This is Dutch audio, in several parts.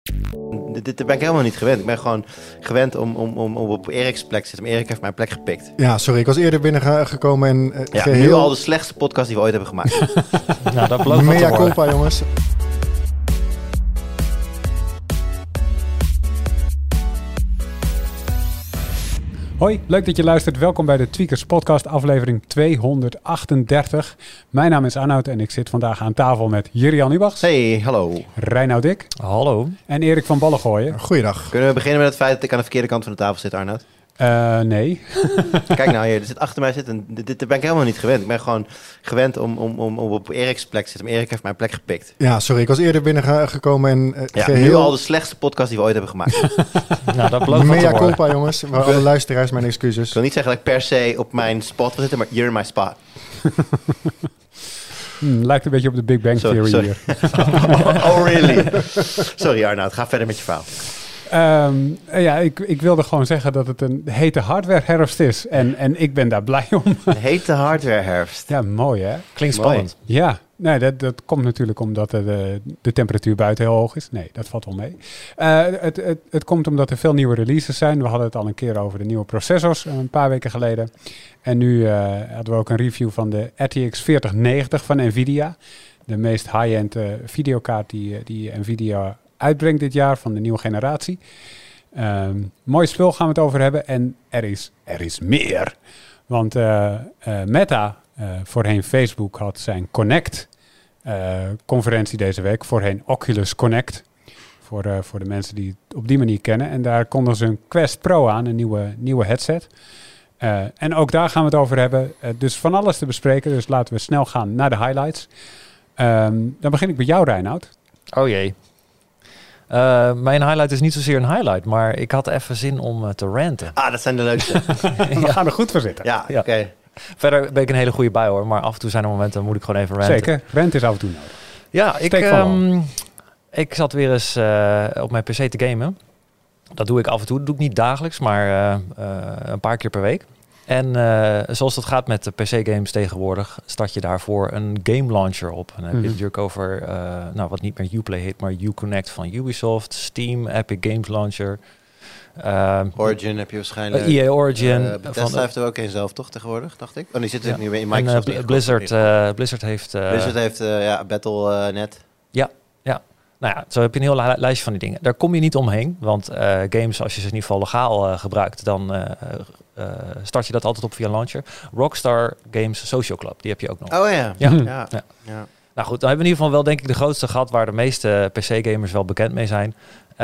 Dit ben ik helemaal niet gewend. Ik ben gewoon gewend om op Erik's plek te zitten. Maar Erik heeft mijn plek gepikt. Ja, sorry. Ik was eerder binnengekomen en geheel... Nu al de slechtste podcast die we ooit hebben gemaakt. Nou, dat belooft Mea culpa, jongens. Hoi, leuk dat je luistert. Welkom bij de Tweakers Podcast, aflevering 238. Mijn naam is Arnoud en ik zit vandaag aan tafel met Jirian Ubachs. Hey, hallo. Reinoud Dik. Hallo. En Erik van Ballengooien. Goeiedag. Kunnen we beginnen met het feit dat ik aan de verkeerde kant van de tafel zit, Arnoud? Nee. Kijk nou hier, er zit achter mij zitten. Dit ben ik helemaal niet gewend. Ik ben gewoon gewend om op Erik's plek te zitten. Maar Erik heeft mijn plek gepikt. Ja, sorry. Ik was eerder binnengekomen en geheel... Nu al de slechtste podcast die we ooit hebben gemaakt. Nou, dat belooft Mea culpa, jongens. Maar alle luisteraars, mijn excuses. Ik wil niet zeggen dat ik per se op mijn spot wil zitten, maar you're my spot. Lijkt een beetje op de Big Bang Theory hier. Oh, really? Sorry Arnoud, ga verder met je verhaal. Ik wilde gewoon zeggen dat het een hete hardware herfst is. En ik ben daar blij om. Hete hardware herfst. Ja, mooi hè? Klinkt spannend. Ja, nee, dat komt natuurlijk omdat de temperatuur buiten heel hoog is. Nee, dat valt wel mee. Het komt omdat er veel nieuwe releases zijn. We hadden het al een keer over de nieuwe processors een paar weken geleden. En nu hadden we ook een review van de RTX 4090 van Nvidia. De meest high-end videokaart die Nvidia uitbrengt dit jaar van de nieuwe generatie. Mooi spul gaan we het over hebben. En er is meer. Want Meta, voorheen Facebook, had zijn Connect-conferentie deze week. Voorheen Oculus Connect. Voor de mensen die het op die manier kennen. En daar konden ze een Quest Pro aan, een nieuwe headset. En ook daar gaan we het over hebben. Dus van alles te bespreken. Dus laten we snel gaan naar de highlights. Dan begin ik bij jou, Reinoud. Oh jee. Mijn highlight is niet zozeer een highlight, maar ik had even zin om te ranten. Ah, dat zijn de leukste. We gaan er goed voor zitten. Ja, Ja. oké. Verder ben ik een hele goede bij hoor, maar af en toe zijn er momenten, dan moet ik gewoon even ranten. Zeker, rent is af en toe nodig. Ja, Steek ik zat weer eens op mijn PC te gamen. Dat doe ik af en toe. Dat doe ik niet dagelijks, maar een paar keer per week. En zoals dat gaat met de PC-games tegenwoordig, start je daarvoor een game launcher op. En dan heb je het natuurlijk over wat niet meer Uplay heet, maar Uconnect van Ubisoft, Steam, Epic Games Launcher. Origin heb je waarschijnlijk. EA Origin. Bethesda heeft er ook een zelf, toch, tegenwoordig, dacht ik? Oh, die zit nu weer in Microsoft. En Blizzard heeft... Blizzard heeft Battle.net. Nou ja, zo heb je een heel lijstje van die dingen. Daar kom je niet omheen, want games, als je ze in ieder geval legaal gebruikt, dan start je dat altijd op via een launcher. Rockstar Games Social Club, die heb je ook nog. Oh ja. Ja. Nou goed, dan hebben we in ieder geval wel denk ik de grootste gat waar de meeste PC-gamers wel bekend mee zijn.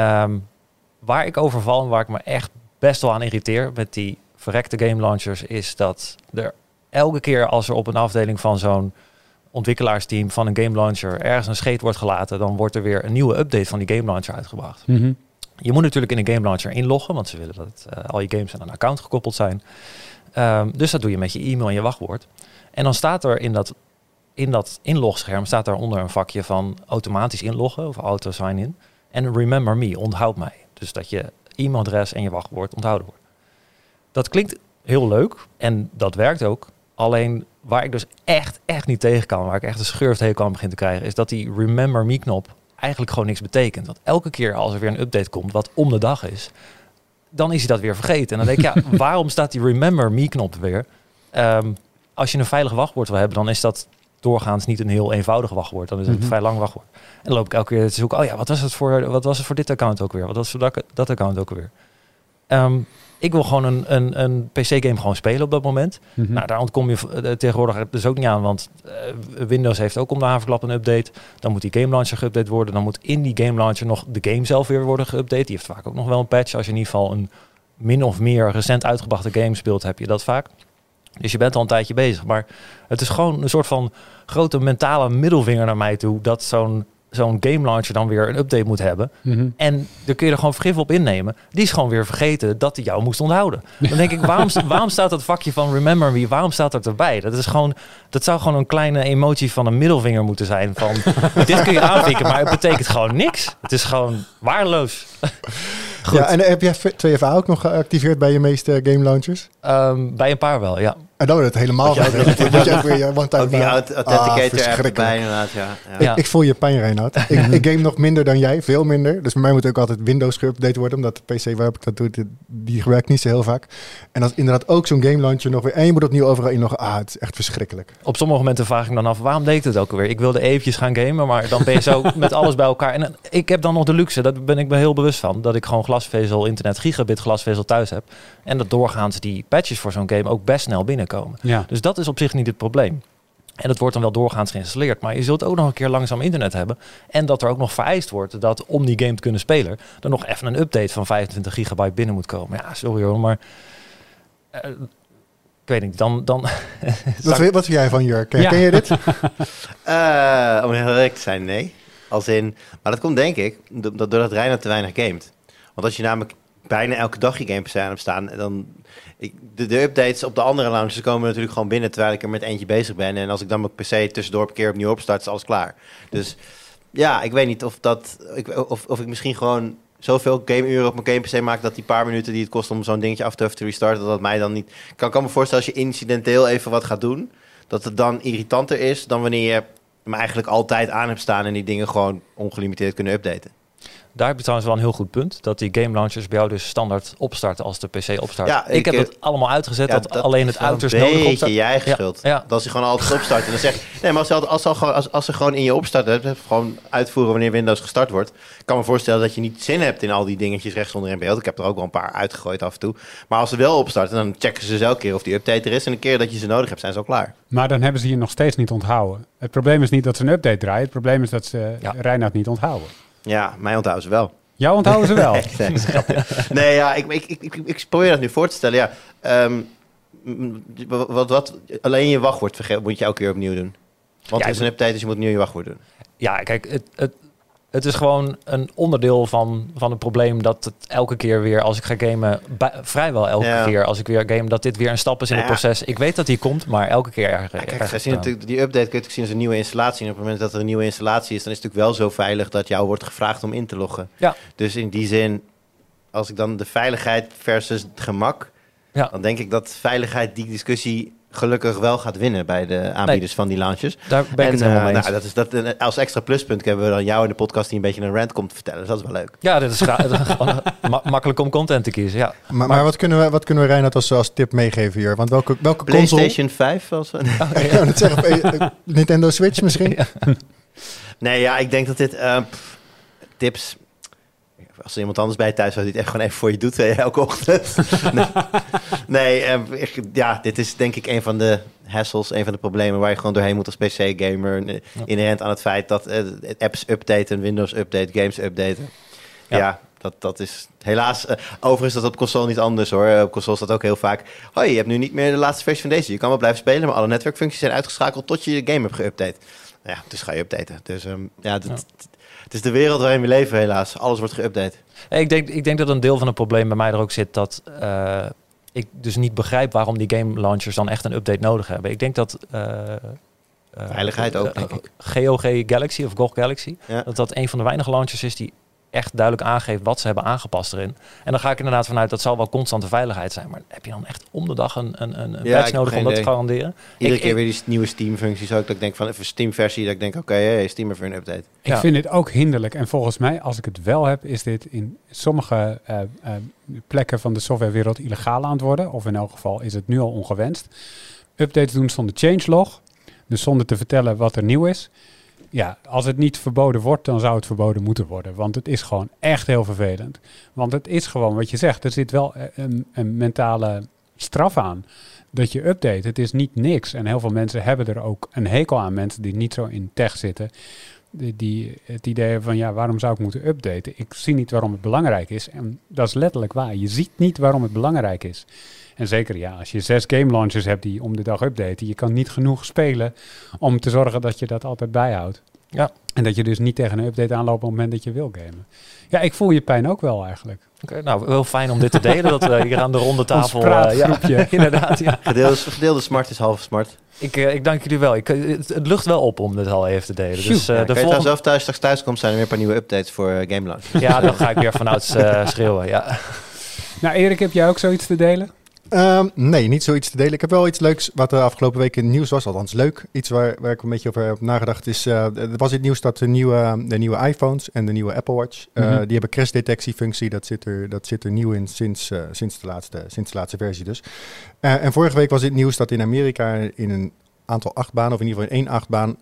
Waar ik over val en waar ik me echt best wel aan irriteer met die verrekte game launchers, is dat er elke keer als er op een afdeling van zo'n ontwikkelaarsteam van een game launcher ergens een scheet wordt gelaten, dan wordt er weer een nieuwe update van die game launcher uitgebracht. Mm-hmm. Je moet natuurlijk in een game launcher inloggen, want ze willen dat al je games aan een account gekoppeld zijn. Dus dat doe je met je e-mail en je wachtwoord. En dan staat er in dat inlogscherm staat daaronder een vakje van automatisch inloggen of auto sign-in. En remember me, onthoud mij. Dus dat je e-mailadres en je wachtwoord onthouden wordt. Dat klinkt heel leuk en dat werkt ook. Alleen waar ik dus echt niet tegen kan, waar ik echt een schurfthekel aan begin te krijgen, is dat die Remember Me knop eigenlijk gewoon niks betekent. Want elke keer als er weer een update komt, wat om de dag is, dan is hij dat weer vergeten. En dan denk ik, ja, waarom staat die Remember Me knop weer? Als je een veilig wachtwoord wil hebben, dan is dat doorgaans niet een heel eenvoudig wachtwoord. Dan is het een vrij lang wachtwoord. En dan loop ik elke keer te zoeken, oh ja, wat was het voor dit account ook weer? Wat was het voor dat account ook weer? Ik wil gewoon een PC-game gewoon spelen op dat moment. Mm-hmm. Nou, daar ontkom je tegenwoordig dus ook niet aan, want Windows heeft ook om de haverklap een update. Dan moet die game launcher geüpdate worden. Dan moet in die game launcher nog de game zelf weer worden geüpdate. Die heeft vaak ook nog wel een patch. Als je in ieder geval een min of meer recent uitgebrachte game speelt, heb je dat vaak. Dus je bent al een tijdje bezig. Maar het is gewoon een soort van grote mentale middelvinger naar mij toe, dat zo'n game launcher dan weer een update moet hebben. Mm-hmm. En daar kun je er gewoon vergif op innemen. Die is gewoon weer vergeten dat hij jou moest onthouden. Dan denk ik, waarom staat dat vakje van Remember Me, waarom staat dat erbij? Dat zou gewoon een kleine emotie van een middelvinger moeten zijn. Van, dit kun je aanvinken, maar het betekent gewoon niks. Het is gewoon waardeloos. Goed. Ja, en heb jij 2FA ook nog geactiveerd bij je meeste game launchers? Bij een paar wel, ja. En dan wordt het helemaal Want fout. Dan moet je echt weer je one-time Ook die authenticator verschrikkelijk. erbij inderdaad, ja. Ik voel je pijn, Reinhard. Ik game nog minder dan jij, veel minder. Dus bij mij moet ook altijd Windows geüpdate worden, omdat de PC waarop ik dat doe, die gebruik ik niet zo heel vaak. En dat is inderdaad ook zo'n game launcher nog weer. En je moet opnieuw overal inloggen. Het is echt verschrikkelijk. Op sommige momenten vraag ik me dan af, waarom deed ik het ook alweer? Ik wilde eventjes gaan gamen, maar dan ben je zo met alles bij elkaar. En ik heb dan nog de luxe, daar ben ik me heel bewust van, dat ik gewoon glasvezel, internet, gigabit glasvezel thuis heb. En dat doorgaans die patches voor zo'n game ook best snel binnenkomen. Ja. Dus dat is op zich niet het probleem. En dat wordt dan wel doorgaans geïnstalleerd. Maar je zult ook nog een keer langzaam internet hebben. En dat er ook nog vereist wordt dat om die game te kunnen spelen, er nog even een update van 25 gigabyte binnen moet komen. Ja, sorry hoor, maar ik weet niet, dan Wat vind jij van, Jurk? Ken je dit? Om heel eerlijk te zijn, nee. Maar dat komt denk ik doordat Reinhard te weinig gamet. Want als je namelijk bijna elke dag je game PC aan hebt staan, dan de updates op de andere launchers komen natuurlijk gewoon binnen terwijl ik er met eentje bezig ben. En als ik dan mijn PC tussendoor een keer opnieuw opstart, is alles klaar. Dus ja, ik weet niet of ik misschien gewoon zoveel gameuren op mijn game PC maak dat die paar minuten die het kost om zo'n dingetje af te restarten, dat mij dan niet. Ik kan me voorstellen als je incidenteel even wat gaat doen, dat het dan irritanter is dan wanneer je hem eigenlijk altijd aan hebt staan en die dingen gewoon ongelimiteerd kunnen updaten. Daar heb je trouwens wel een heel goed punt. Dat die game launchers bij jou dus standaard opstarten als de PC opstart. Ja, ik heb het allemaal uitgezet dat alleen het uiterst nodig opstart. Dat is een beetje je eigen schuld. Ja. Dat ze gewoon altijd opstarten. En dan zeg je, nee, maar als ze gewoon in je opstart hebt, gewoon uitvoeren wanneer Windows gestart wordt. Ik kan me voorstellen dat je niet zin hebt in al die dingetjes rechts onder in beeld. Ik heb er ook wel een paar uitgegooid af en toe. Maar als ze wel opstarten, dan checken ze elke keer of die update er is. En een keer dat je ze nodig hebt, zijn ze al klaar. Maar dan hebben ze je nog steeds niet onthouden. Het probleem is niet dat ze een update draaien. Het probleem is dat ze Reinhard niet onthouden. Ja, mij onthouden ze wel. Jou onthouden ze wel. Nee, ja, ik probeer dat nu voor te stellen. Ja, alleen je wachtwoord moet je elke keer opnieuw doen. Want er is een update, dus je moet opnieuw je wachtwoord doen. Ja, kijk, het is gewoon een onderdeel van het probleem dat het elke keer weer, als ik ga gamen, vrijwel elke keer als ik weer game, dat dit weer een stap is in het proces. Ik weet dat die komt, maar elke keer die update kun je zien als een nieuwe installatie. En op het moment dat er een nieuwe installatie is, dan is het natuurlijk wel zo veilig dat jou wordt gevraagd om in te loggen. Ja. Dus in die zin, als ik dan de veiligheid versus het gemak, dan denk ik dat veiligheid die discussie gelukkig wel gaat winnen bij de aanbieders van die launches. Daar ben ik het helemaal mee eens. Als extra pluspunt hebben we dan jou in de podcast die een beetje een rant komt te vertellen. Dus dat is wel leuk. Ja, dit is gewoon makkelijk om content te kiezen. Ja. Maar wat kunnen we Reinhard als tip meegeven hier? Want welke PlayStation 5? Nintendo Switch misschien? Ja. Nee, ja, ik denk dat dit tips. Als er iemand anders bij thuis zou die het echt gewoon even voor je doet elke ochtend. Dit is denk ik een van de hassles, een van de problemen waar je gewoon doorheen moet als PC-gamer. Inherent aan het feit dat apps updaten, Windows update, games updaten. Ja, dat is helaas. Overigens is dat op console niet anders hoor. Op console staat ook heel vaak. Hoi, je hebt nu niet meer de laatste versie van deze. Je kan wel blijven spelen, maar alle netwerkfuncties zijn uitgeschakeld tot je de game hebt geüpdate. Ja, dus ga je updaten. Dus het is de wereld waarin we leven helaas. Alles wordt geüpdate. Ik denk dat een deel van het probleem bij mij er ook zit dat ik dus niet begrijp waarom die game launchers dan echt een update nodig hebben. Ik denk dat veiligheid ook, denk ik. GOG Galaxy of GOG Galaxy, dat een van de weinige launchers is die echt duidelijk aangeeft wat ze hebben aangepast erin. En dan ga ik inderdaad vanuit dat zal wel constante veiligheid zijn. Maar heb je dan echt om de dag een patch nodig om dat te garanderen? Iedere keer weer die nieuwe Steam-functies ook. Dat ik denk van even Steam-versie. Dat ik denk, oké, Steam heeft weer een update. Ik vind dit ook hinderlijk. En volgens mij, als ik het wel heb, is dit in sommige plekken van de softwarewereld illegaal aan het worden. Of in elk geval is het nu al ongewenst. Updates doen zonder changelog. Dus zonder te vertellen wat er nieuw is. Ja, als het niet verboden wordt, dan zou het verboden moeten worden. Want het is gewoon echt heel vervelend. Want het is gewoon wat je zegt. Er zit wel een mentale straf aan dat je update. Het is niet niks. En heel veel mensen hebben er ook een hekel aan. Mensen die niet zo in tech zitten. Die het idee hebben van, waarom zou ik moeten updaten? Ik zie niet waarom het belangrijk is. En dat is letterlijk waar. Je ziet niet waarom het belangrijk is. En zeker als je 6 game launchers hebt die om de dag updaten. Je kan niet genoeg spelen om te zorgen dat je dat altijd bijhoudt. Ja. En dat je dus niet tegen een update aanloopt op het moment dat je wil gamen. Ja, ik voel je pijn ook wel eigenlijk. Oké, nou, wel fijn om dit te delen. Dat we hier aan de ronde tafel... inderdaad, ja. Gedeelde smart is halve smart. Ik dank jullie wel. Het lucht wel op om dit al even te delen. Dus, kan je zelf straks thuis komt, zijn er weer een paar nieuwe updates voor game launch. Ja, dan ga ik weer vanuit schreeuwen, ja. Nou, Erik, heb jij ook zoiets te delen? Nee, niet zoiets te delen. Ik heb wel iets leuks wat de afgelopen weken in het nieuws was. Althans leuk. Iets waar ik een beetje over heb nagedacht is... er was het nieuws dat de nieuwe iPhones en de nieuwe Apple Watch... die hebben crashdetectiefunctie. Dat zit er nieuw in sinds de laatste versie dus. En vorige week was het nieuws dat in Amerika in een aantal achtbanen, of in ieder geval in 1 achtbaan,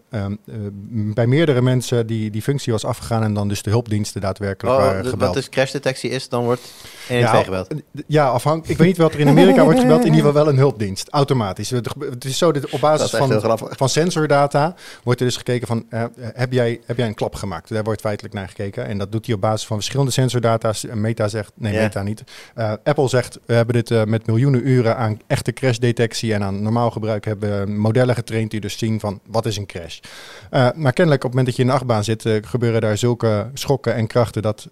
bij meerdere mensen die functie was afgegaan en dan dus de hulpdiensten daadwerkelijk waren gebeld. Wat dus crashdetectie is, dan wordt 112 gebeld. Ja, afhankelijk. Ik weet niet wat er in Amerika wordt gebeld, in ieder geval wel een hulpdienst, automatisch. Het is zo dat op basis van sensordata wordt er dus gekeken van, heb jij een klap gemaakt? Daar wordt feitelijk naar gekeken en dat doet hij op basis van verschillende sensordata's. Meta zegt, Meta niet. Apple zegt, we hebben dit met miljoenen uren aan echte crashdetectie en aan normaal gebruik hebben modellen getraind die dus zien van wat is een crash. Maar kennelijk op het moment dat je in de achtbaan zit, gebeuren daar zulke schokken en krachten dat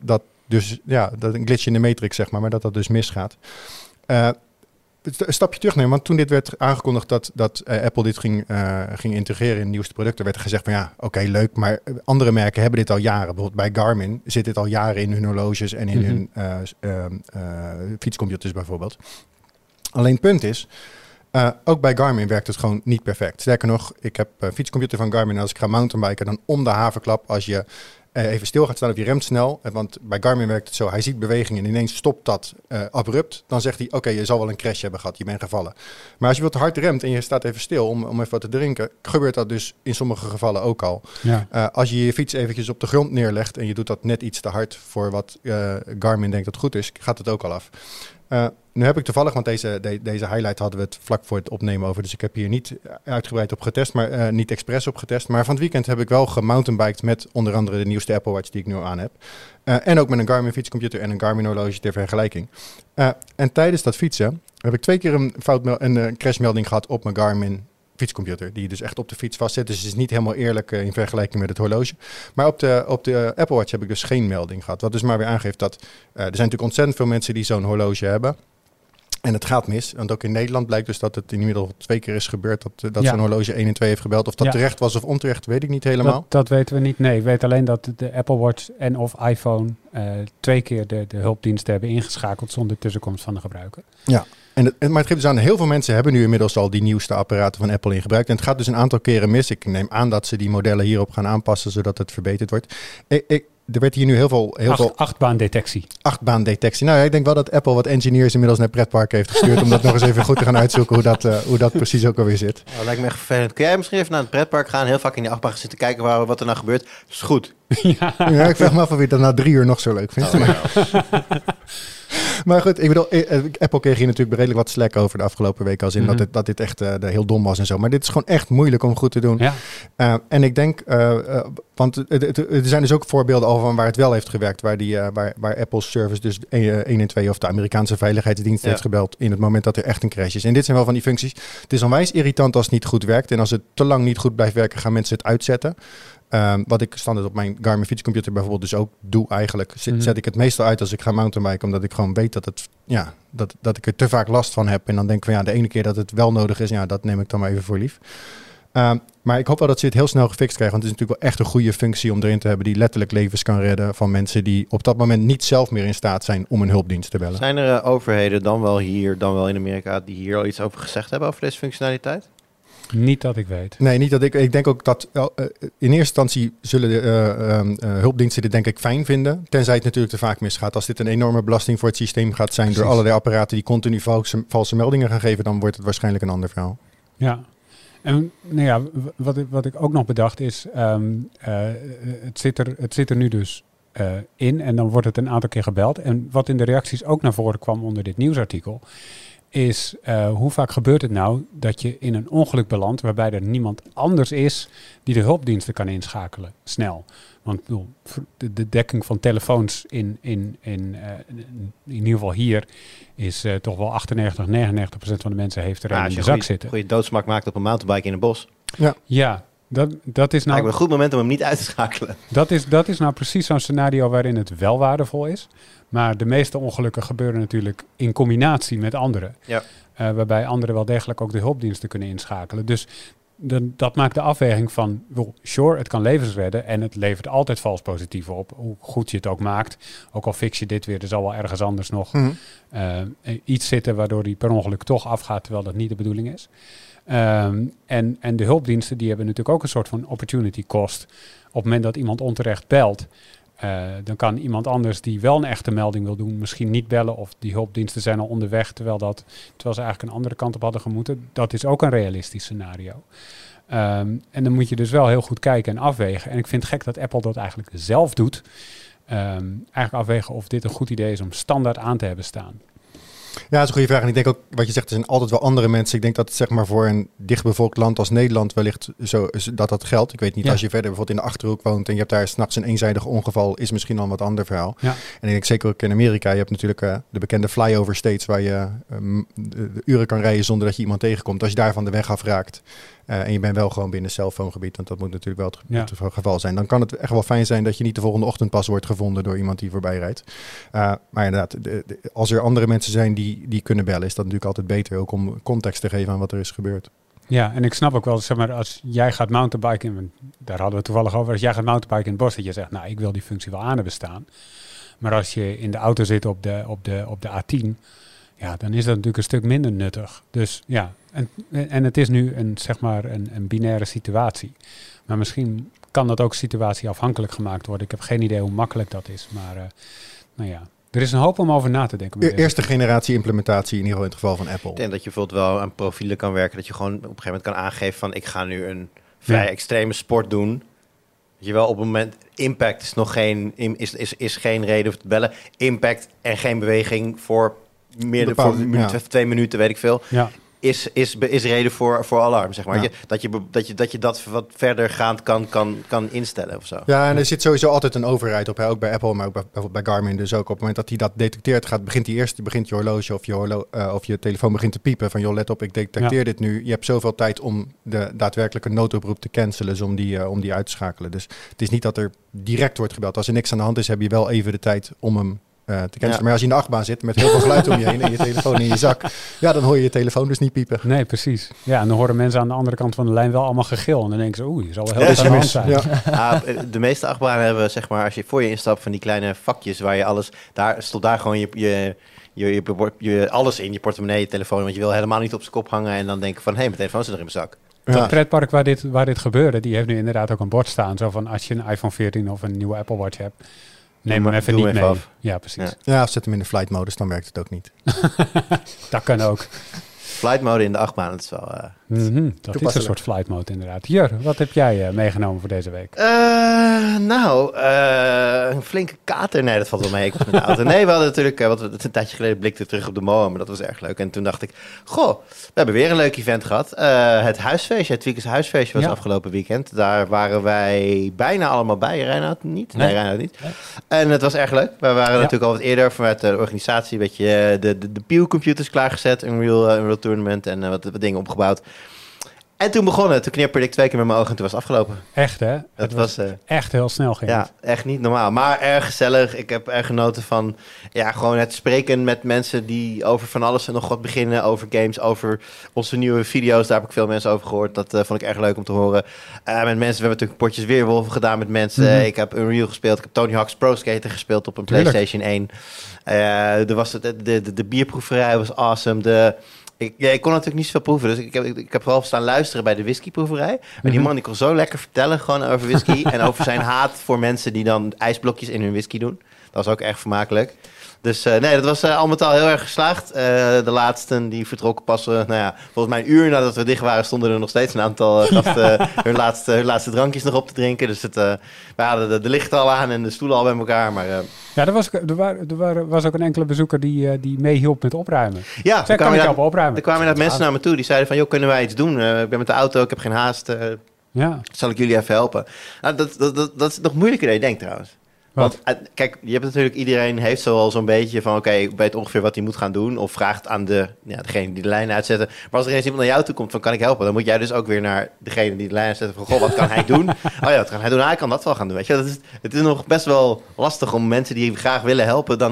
een glitch in de matrix, zeg maar dat dus misgaat. Een stapje terugnemen, want toen dit werd aangekondigd dat Apple dit ging integreren in de nieuwste producten, werd er gezegd van oké, leuk, maar andere merken hebben dit al jaren. Bijvoorbeeld bij Garmin zit dit al jaren in hun horloges en in hun fietscomputers bijvoorbeeld. Alleen het punt is, ook bij Garmin werkt het gewoon niet perfect. Sterker nog, ik heb een fietscomputer van Garmin en als ik ga mountainbiken, dan om de haverklap, als je even stil gaat staan of je remt snel, want bij Garmin werkt het zo, hij ziet beweging en ineens stopt dat abrupt, dan zegt hij, oké, je zal wel een crash hebben gehad, je bent gevallen. Maar als je wat hard remt en je staat even stil om even wat te drinken, gebeurt dat dus in sommige gevallen ook al. Ja. Als je je fiets eventjes op de grond neerlegt en je doet dat net iets te hard voor wat Garmin denkt dat goed is, gaat het ook al af. Nu heb ik toevallig, want deze highlight hadden we het vlak voor het opnemen over. Dus ik heb hier niet uitgebreid op getest, maar niet expres op getest. Maar van het weekend heb ik wel gemountainbiked met onder andere de nieuwste Apple Watch die ik nu aan heb. En ook met een Garmin fietscomputer en een Garmin horloge ter vergelijking. En tijdens dat fietsen heb ik 2 keer een crashmelding gehad op mijn Garmin fietscomputer, die dus echt op de fiets vastzit. Dus het is niet helemaal eerlijk in vergelijking met het horloge. Maar op de Apple Watch heb ik dus geen melding gehad. Wat dus maar weer aangeeft dat er zijn natuurlijk ontzettend veel mensen die zo'n horloge hebben. En het gaat mis, want ook in Nederland blijkt dus dat het inmiddels 2 keer is gebeurd dat zo'n horloge 112 heeft gebeld. Of dat terecht was of onterecht, weet ik niet helemaal. Dat weten we niet. Nee, ik weet alleen dat de Apple Watch en of iPhone 2 keer de hulpdiensten hebben ingeschakeld zonder tussenkomst van de gebruiker. Ja. Maar het geeft dus aan, heel veel mensen hebben nu inmiddels al die nieuwste apparaten van Apple in gebruik. En het gaat dus een aantal keren mis. Ik neem aan dat ze die modellen hierop gaan aanpassen, zodat het verbeterd wordt. Er werd hier nu heel veel achtbaandetectie. Achtbaandetectie. Nou ja, ik denk wel dat Apple wat engineers inmiddels naar pretparken heeft gestuurd om dat nog eens even goed te gaan uitzoeken hoe dat precies ook alweer zit. Dat lijkt me echt vervelend. Kun jij misschien even naar het pretpark gaan, heel vaak in die achtbaan gaan zitten kijken wat er nou gebeurt? Is goed. Ja, ik vraag me af of je dat na 3 uur nog zo leuk vindt. Maar goed, ik bedoel, Apple kreeg hier natuurlijk redelijk wat slack over de afgelopen week. Als in dat dit echt heel dom was en zo. Maar dit is gewoon echt moeilijk om goed te doen. Ja. En ik denk, want er zijn dus ook voorbeelden al van waar het wel heeft gewerkt. Waar Apple's service dus 112 of de Amerikaanse veiligheidsdienst heeft gebeld in het moment dat er echt een crash is. En dit zijn wel van die functies. Het is onwijs irritant als het niet goed werkt. En als het te lang niet goed blijft werken, gaan mensen het uitzetten. Wat ik standaard op mijn Garmin fietscomputer bijvoorbeeld dus ook doe eigenlijk. Zet ik het meestal uit als ik ga mountainbiken. Omdat ik gewoon weet dat ik er te vaak last van heb. En dan denk ik van de ene keer dat het wel nodig is. Ja, dat neem ik dan maar even voor lief. Maar ik hoop wel dat ze het heel snel gefixt krijgen. Want het is natuurlijk wel echt een goede functie om erin te hebben. Die letterlijk levens kan redden van mensen die op dat moment niet zelf meer in staat zijn om een hulpdienst te bellen. Zijn er overheden, dan wel hier, dan wel in Amerika, die hier al iets over gezegd hebben over deze functionaliteit? Niet dat ik weet. Nee, niet dat ik denk ook dat in eerste instantie zullen de hulpdiensten dit denk ik fijn vinden. Tenzij het natuurlijk te vaak misgaat. Als dit een enorme belasting voor het systeem gaat zijn door allerlei apparaten die continu valse meldingen gaan geven, dan wordt het waarschijnlijk een ander verhaal. Ja. En nou ja, wat ik ook nog bedacht is, het zit er nu dus in en dan wordt het een aantal keer gebeld. En wat in de reacties ook naar voren kwam onder dit nieuwsartikel, is hoe vaak gebeurt het nou dat je in een ongeluk belandt waarbij er niemand anders is die de hulpdiensten kan inschakelen, snel. Want de dekking van telefoons in ieder geval hier is toch wel 99% van de mensen heeft er een in de zak zitten. Als je doodsmak maakt op een mountainbike in een bos. Ja, dat is nou een goed moment om hem niet uit te schakelen. Dat is nou precies zo'n scenario waarin het wel waardevol is. Maar de meeste ongelukken gebeuren natuurlijk in combinatie met anderen. Ja. Waarbij anderen wel degelijk ook de hulpdiensten kunnen inschakelen. Dus dat maakt de afweging van, sure, het kan levens redden en het levert altijd vals positieven op. Hoe goed je het ook maakt. Ook al fix je dit weer, er zal wel ergens anders nog iets zitten waardoor die per ongeluk toch afgaat, terwijl dat niet de bedoeling is. En de hulpdiensten die hebben natuurlijk ook een soort van opportunity cost. Op het moment dat iemand onterecht belt, dan kan iemand anders die wel een echte melding wil doen, misschien niet bellen of die hulpdiensten zijn al onderweg, terwijl ze eigenlijk een andere kant op hadden gemoeten. Dat is ook een realistisch scenario. En dan moet je dus wel heel goed kijken en afwegen. En ik vind het gek dat Apple dat eigenlijk zelf doet. Eigenlijk afwegen of dit een goed idee is om standaard aan te hebben staan. Ja, dat is een goede vraag. En ik denk ook, wat je zegt, er zijn altijd wel andere mensen. Ik denk dat het zeg maar voor een dichtbevolkt land als Nederland wellicht zo dat geldt. Ik weet niet, als je verder bijvoorbeeld in de Achterhoek woont en je hebt daar 's nachts een eenzijdig ongeval, is misschien al een wat ander verhaal. Ja. En ik denk zeker ook in Amerika, je hebt natuurlijk de bekende flyover states waar je de uren kan rijden zonder dat je iemand tegenkomt. Als je daar van de weg afraakt en je bent wel gewoon binnen cellfoongebied, want dat moet natuurlijk wel het geval zijn. Dan kan het echt wel fijn zijn dat je niet de volgende ochtend pas wordt gevonden door iemand die voorbij rijdt. Maar inderdaad, als er andere mensen zijn die kunnen bellen, is dat natuurlijk altijd beter, ook om context te geven aan wat er is gebeurd. Ja, en ik snap ook wel, zeg maar, als jij gaat mountainbiken, daar hadden we het toevallig over, als jij gaat mountainbiken in het bos, dat je zegt, nou, ik wil die functie wel aan hebben staan. Maar als je in de auto zit op de A10, ja, dan is dat natuurlijk een stuk minder nuttig. Dus ja, en het is nu een binaire situatie. Maar misschien kan dat ook situatieafhankelijk gemaakt worden. Ik heb geen idee hoe makkelijk dat is, maar nou ja. Er is een hoop om over na te denken. Eerste generatie implementatie, in ieder geval in het geval van Apple. Ik denk dat je bijvoorbeeld wel aan profielen kan werken. Dat je gewoon op een gegeven moment kan aangeven van, ik ga nu een vrij extreme sport doen. Dat je wel op het moment, impact is nog is geen reden voor te bellen. Impact en geen beweging voor meer dan 2 minuten, weet ik veel. Ja. Is reden voor alarm, zeg maar. Ja. Dat je dat wat verder gaand kan instellen of zo. Ja, en er zit sowieso altijd een overheid op. Hè? Ook bij Apple, maar ook bij Garmin. Dus ook op het moment dat hij dat detecteert, begint je horloge of je telefoon begint te piepen. Van, joh, let op, ik detecteer dit nu. Je hebt zoveel tijd om de daadwerkelijke noodoproep te cancelen. Dus om die uit te schakelen. Dus het is niet dat er direct wordt gebeld. Als er niks aan de hand is, heb je wel even de tijd om hem te cancelen. Ja. Maar als je in de achtbaan zit met heel veel geluid om je heen en je telefoon in je zak, ja, dan hoor je telefoon dus niet piepen. Nee, precies. Ja, en dan horen mensen aan de andere kant van de lijn wel allemaal gegil. En dan denken ze, je zal wel heel veel zijn. Ja. De meeste achtbanen hebben, zeg maar, als je voor je instapt van die kleine vakjes waar je alles, stond daar gewoon je alles in, je portemonnee, je telefoon, want je wil helemaal niet op zijn kop hangen en dan denken van, mijn telefoon zit er in mijn zak. Het pretpark waar dit gebeurde, die heeft nu inderdaad ook een bord staan. Zo van, als je een iPhone 14 of een nieuwe Apple Watch hebt, neem hem even niet mee. Af. Ja, precies. Ja, of zet hem in de flight modus, dan werkt het ook niet. Dat kan ook. Flight mode in de achtbaan, dat is wel... dat is een soort flight mode inderdaad. Jur, wat heb jij meegenomen voor deze week? Een flinke kater. Nee, dat valt wel mee. Ik was met de auto. Nee, we hadden natuurlijk... een tijdje geleden blikten terug op de MOA, maar dat was erg leuk. En toen dacht ik, we hebben weer een leuk event gehad. Het huisfeestje, het Tweakers huisfeestje was afgelopen weekend. Daar waren wij bijna allemaal bij. Reinoud niet? Nee, Reinoud niet. Nee. En het was erg leuk. We waren natuurlijk al wat eerder vanuit de organisatie, weet je, de Pew-computers klaargezet, een real tournament en wat dingen opgebouwd. En toen begon het. Toen knipperde ik 2 keer met mijn ogen en toen was het afgelopen. Echt, hè? Het was echt heel snel ging. Ja, echt niet normaal. Maar erg gezellig. Ik heb erg genoten van gewoon het spreken met mensen die over van alles en nog wat beginnen. Over games, over onze nieuwe video's. Daar heb ik veel mensen over gehoord. Dat vond ik erg leuk om te horen. Met mensen, we hebben natuurlijk potjes Weerwolven gedaan met mensen. Mm-hmm. Ik heb Unreal gespeeld. Ik heb Tony Hawk's Pro Skater gespeeld op een PlayStation 1. Er was de bierproeverij was awesome. Ik kon natuurlijk niet zoveel proeven, dus ik heb vooral staan luisteren bij de whiskyproeverij. Maar die man die kon zo lekker vertellen gewoon over whisky en over zijn haat voor mensen die dan ijsblokjes in hun whisky doen. Dat was ook erg vermakelijk. Dus dat was al met al heel erg geslaagd. De laatsten die vertrokken pas, volgens mij een uur nadat we dicht waren, stonden er nog steeds een aantal gasten hun laatste drankjes nog op te drinken. Dus we hadden de lichten al aan en de stoelen al bij elkaar. Maar, ja, er was ook een enkele bezoeker die meehielp met opruimen. Ja, zij kan ik helpen opruimen. Er kwamen inderdaad mensen naar me toe die zeiden van, joh, kunnen wij iets doen? Ik ben met de auto, ik heb geen haast. Zal ik jullie even helpen? Nou, dat is nog moeilijker dan je denkt trouwens. Want kijk, je hebt natuurlijk, iedereen heeft zo'n beetje van, oké, ik weet ongeveer wat hij moet gaan doen. Of vraagt aan degene die de lijn uitzetten. Maar als er eens iemand naar jou toe komt van, kan ik helpen? Dan moet jij dus ook weer naar degene die de lijn uitzet van, goh, wat kan hij doen? Wat kan hij doen? Hij kan dat wel gaan doen, weet je. Het is nog best wel lastig om mensen die graag willen helpen dan ook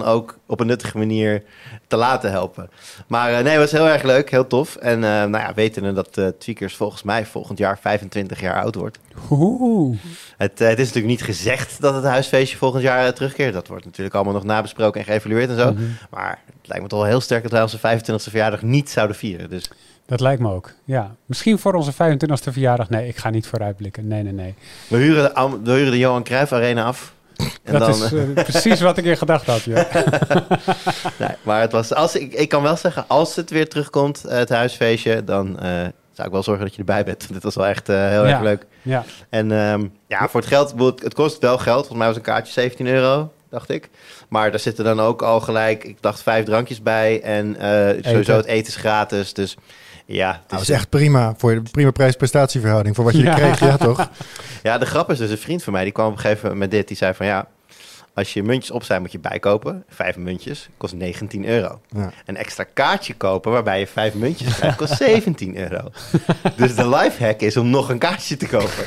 op een nuttige manier te laten helpen. Maar nee, het was heel erg leuk, heel tof. En nou ja, wetende dat Tweakers volgens mij volgend jaar 25 jaar oud wordt. Het is natuurlijk niet gezegd dat het huisfeestje volgend jaar terugkeert. Dat wordt natuurlijk allemaal nog nabesproken en geëvalueerd en zo. Maar het lijkt me toch wel heel sterk dat wij onze 25e verjaardag niet zouden vieren. Dus. Dat lijkt me ook, ja. Misschien voor onze 25e verjaardag. Nee, ik ga niet vooruitblikken. Nee. We huren de Johan Cruijff Arena af. En dat is precies wat ik in gedacht had, ja. Nee, maar het was, ik kan wel zeggen, als het weer terugkomt, het huisfeestje, dan zou ik wel zorgen dat je erbij bent. Dit was wel echt heel erg leuk. Ja. En ja, voor het geld, het kost wel geld. Volgens mij was een kaartje €17, dacht ik. Maar daar zitten dan ook al gelijk, ik dacht 5 drankjes bij. En sowieso het eten is gratis. Dus ja. Dat is echt prima. Voor de prima prijs-prestatieverhouding. Voor wat je kreeg, ja toch? Ja, de grap is dus, een vriend van mij, die kwam op een gegeven moment met dit. Die zei van ja, als je muntjes op zijn, moet je bijkopen. 5 muntjes, kost €19. Ja. Een extra kaartje kopen, waarbij je 5 muntjes krijgt, kost €17. Dus de lifehack is om nog een kaartje te kopen.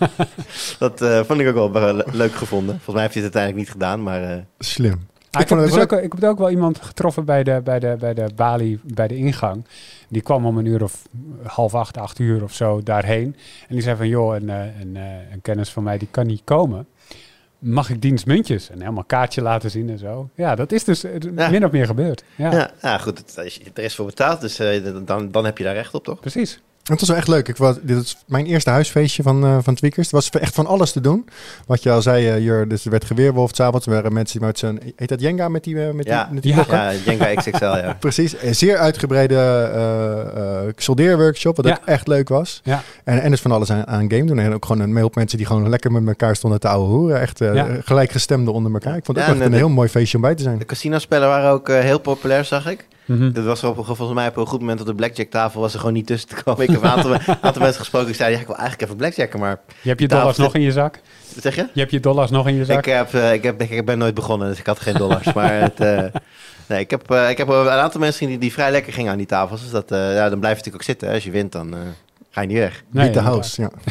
Dat vond ik ook wel leuk gevonden. Volgens mij heeft hij het uiteindelijk niet gedaan, maar... Slim. Ik heb ook wel iemand getroffen bij de balie, bij de ingang. Die kwam om 7:30 of zo daarheen. En die zei van, joh, een kennis van mij, die kan niet komen. Mag ik dienstmuntjes? En helemaal kaartje laten zien en zo. Ja, dat is dus min of meer gebeurd. Ja, goed. Er is voor betaald, dus dan heb je daar recht op, toch? Precies. Het was wel echt leuk. Dit is mijn eerste huisfeestje van Tweakers. Er was echt van alles te doen. Wat je al zei, Jur, dus er werd geweerwolfd 's avonds. Er waren mensen die met zo'n... Heet dat Jenga met die blokken? Ja, Jenga XXL, ja. Precies. Een zeer uitgebreide soldeerworkshop, wat ook echt leuk was. Ja. En dus van alles aan game doen. En ook gewoon een mail op mensen die gewoon lekker met elkaar stonden te ouwe hoeren. Echt gelijkgestemden onder elkaar. Ik vond het ook echt een heel mooi feestje om bij te zijn. De casinospellen waren ook heel populair, zag ik. Dat was volgens mij op een goed moment op de blackjack tafel was er gewoon niet tussen te komen. Ik heb een aantal mensen gesproken die zeiden, ja, ik wil eigenlijk even blackjacken, maar... Je hebt je dollars nog in je zak? Wat zeg je? Je hebt je dollars nog in je zak? Ik ben nooit begonnen, dus ik had geen dollars. Maar nee, ik heb een aantal mensen die vrij lekker gingen aan die tafels. Dus dan blijf je natuurlijk ook zitten. Als je wint, dan ga je niet weg. Niet de house, ja.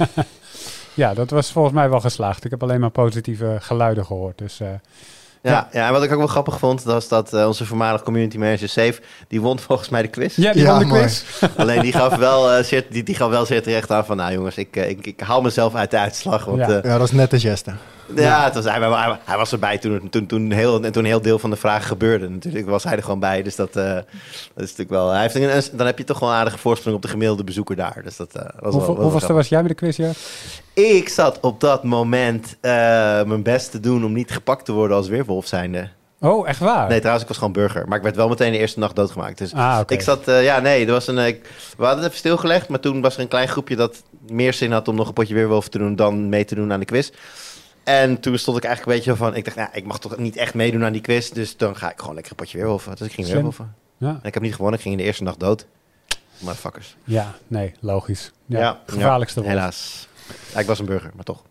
Ja, dat was volgens mij wel geslaagd. Ik heb alleen maar positieve geluiden gehoord, dus... Ja, en wat ik ook wel grappig vond, was dat onze voormalige community manager Safe, die won volgens mij de quiz. Ja, die won de quiz. Alleen die gaf wel zeer terecht aan van, nou jongens, ik haal mezelf uit de uitslag. Want, ja, dat is net een geste. Ja, hij was erbij toen heel deel van de vragen gebeurde. Natuurlijk was hij er gewoon bij, dus dat is natuurlijk wel... Dan heb je toch wel een aardige voorsprong op de gemiddelde bezoeker daar. Dus dat was Hoeveel was jij met de quiz, ja? Ik zat op dat moment mijn best te doen om niet gepakt te worden als weerwolf zijnde. Oh, echt waar? Nee, trouwens, ik was gewoon burger. Maar ik werd wel meteen de eerste nacht doodgemaakt. Dus okay. Ik zat... we hadden het even stilgelegd, maar toen was er een klein groepje dat meer zin had om nog een potje weerwolf te doen dan mee te doen aan de quiz. En toen stond ik eigenlijk een beetje van... Ik dacht, ik mag toch niet echt meedoen aan die quiz. Dus dan ga ik gewoon lekker een potje weerwolven. Dus ik ging weerwolven. Ja. En ik heb niet gewonnen. Ik ging in de eerste nacht dood. Motherfuckers. Ja, nee, logisch. Ja, gevaarlijkste wolf. Helaas. Ja, ik was een burger, maar toch.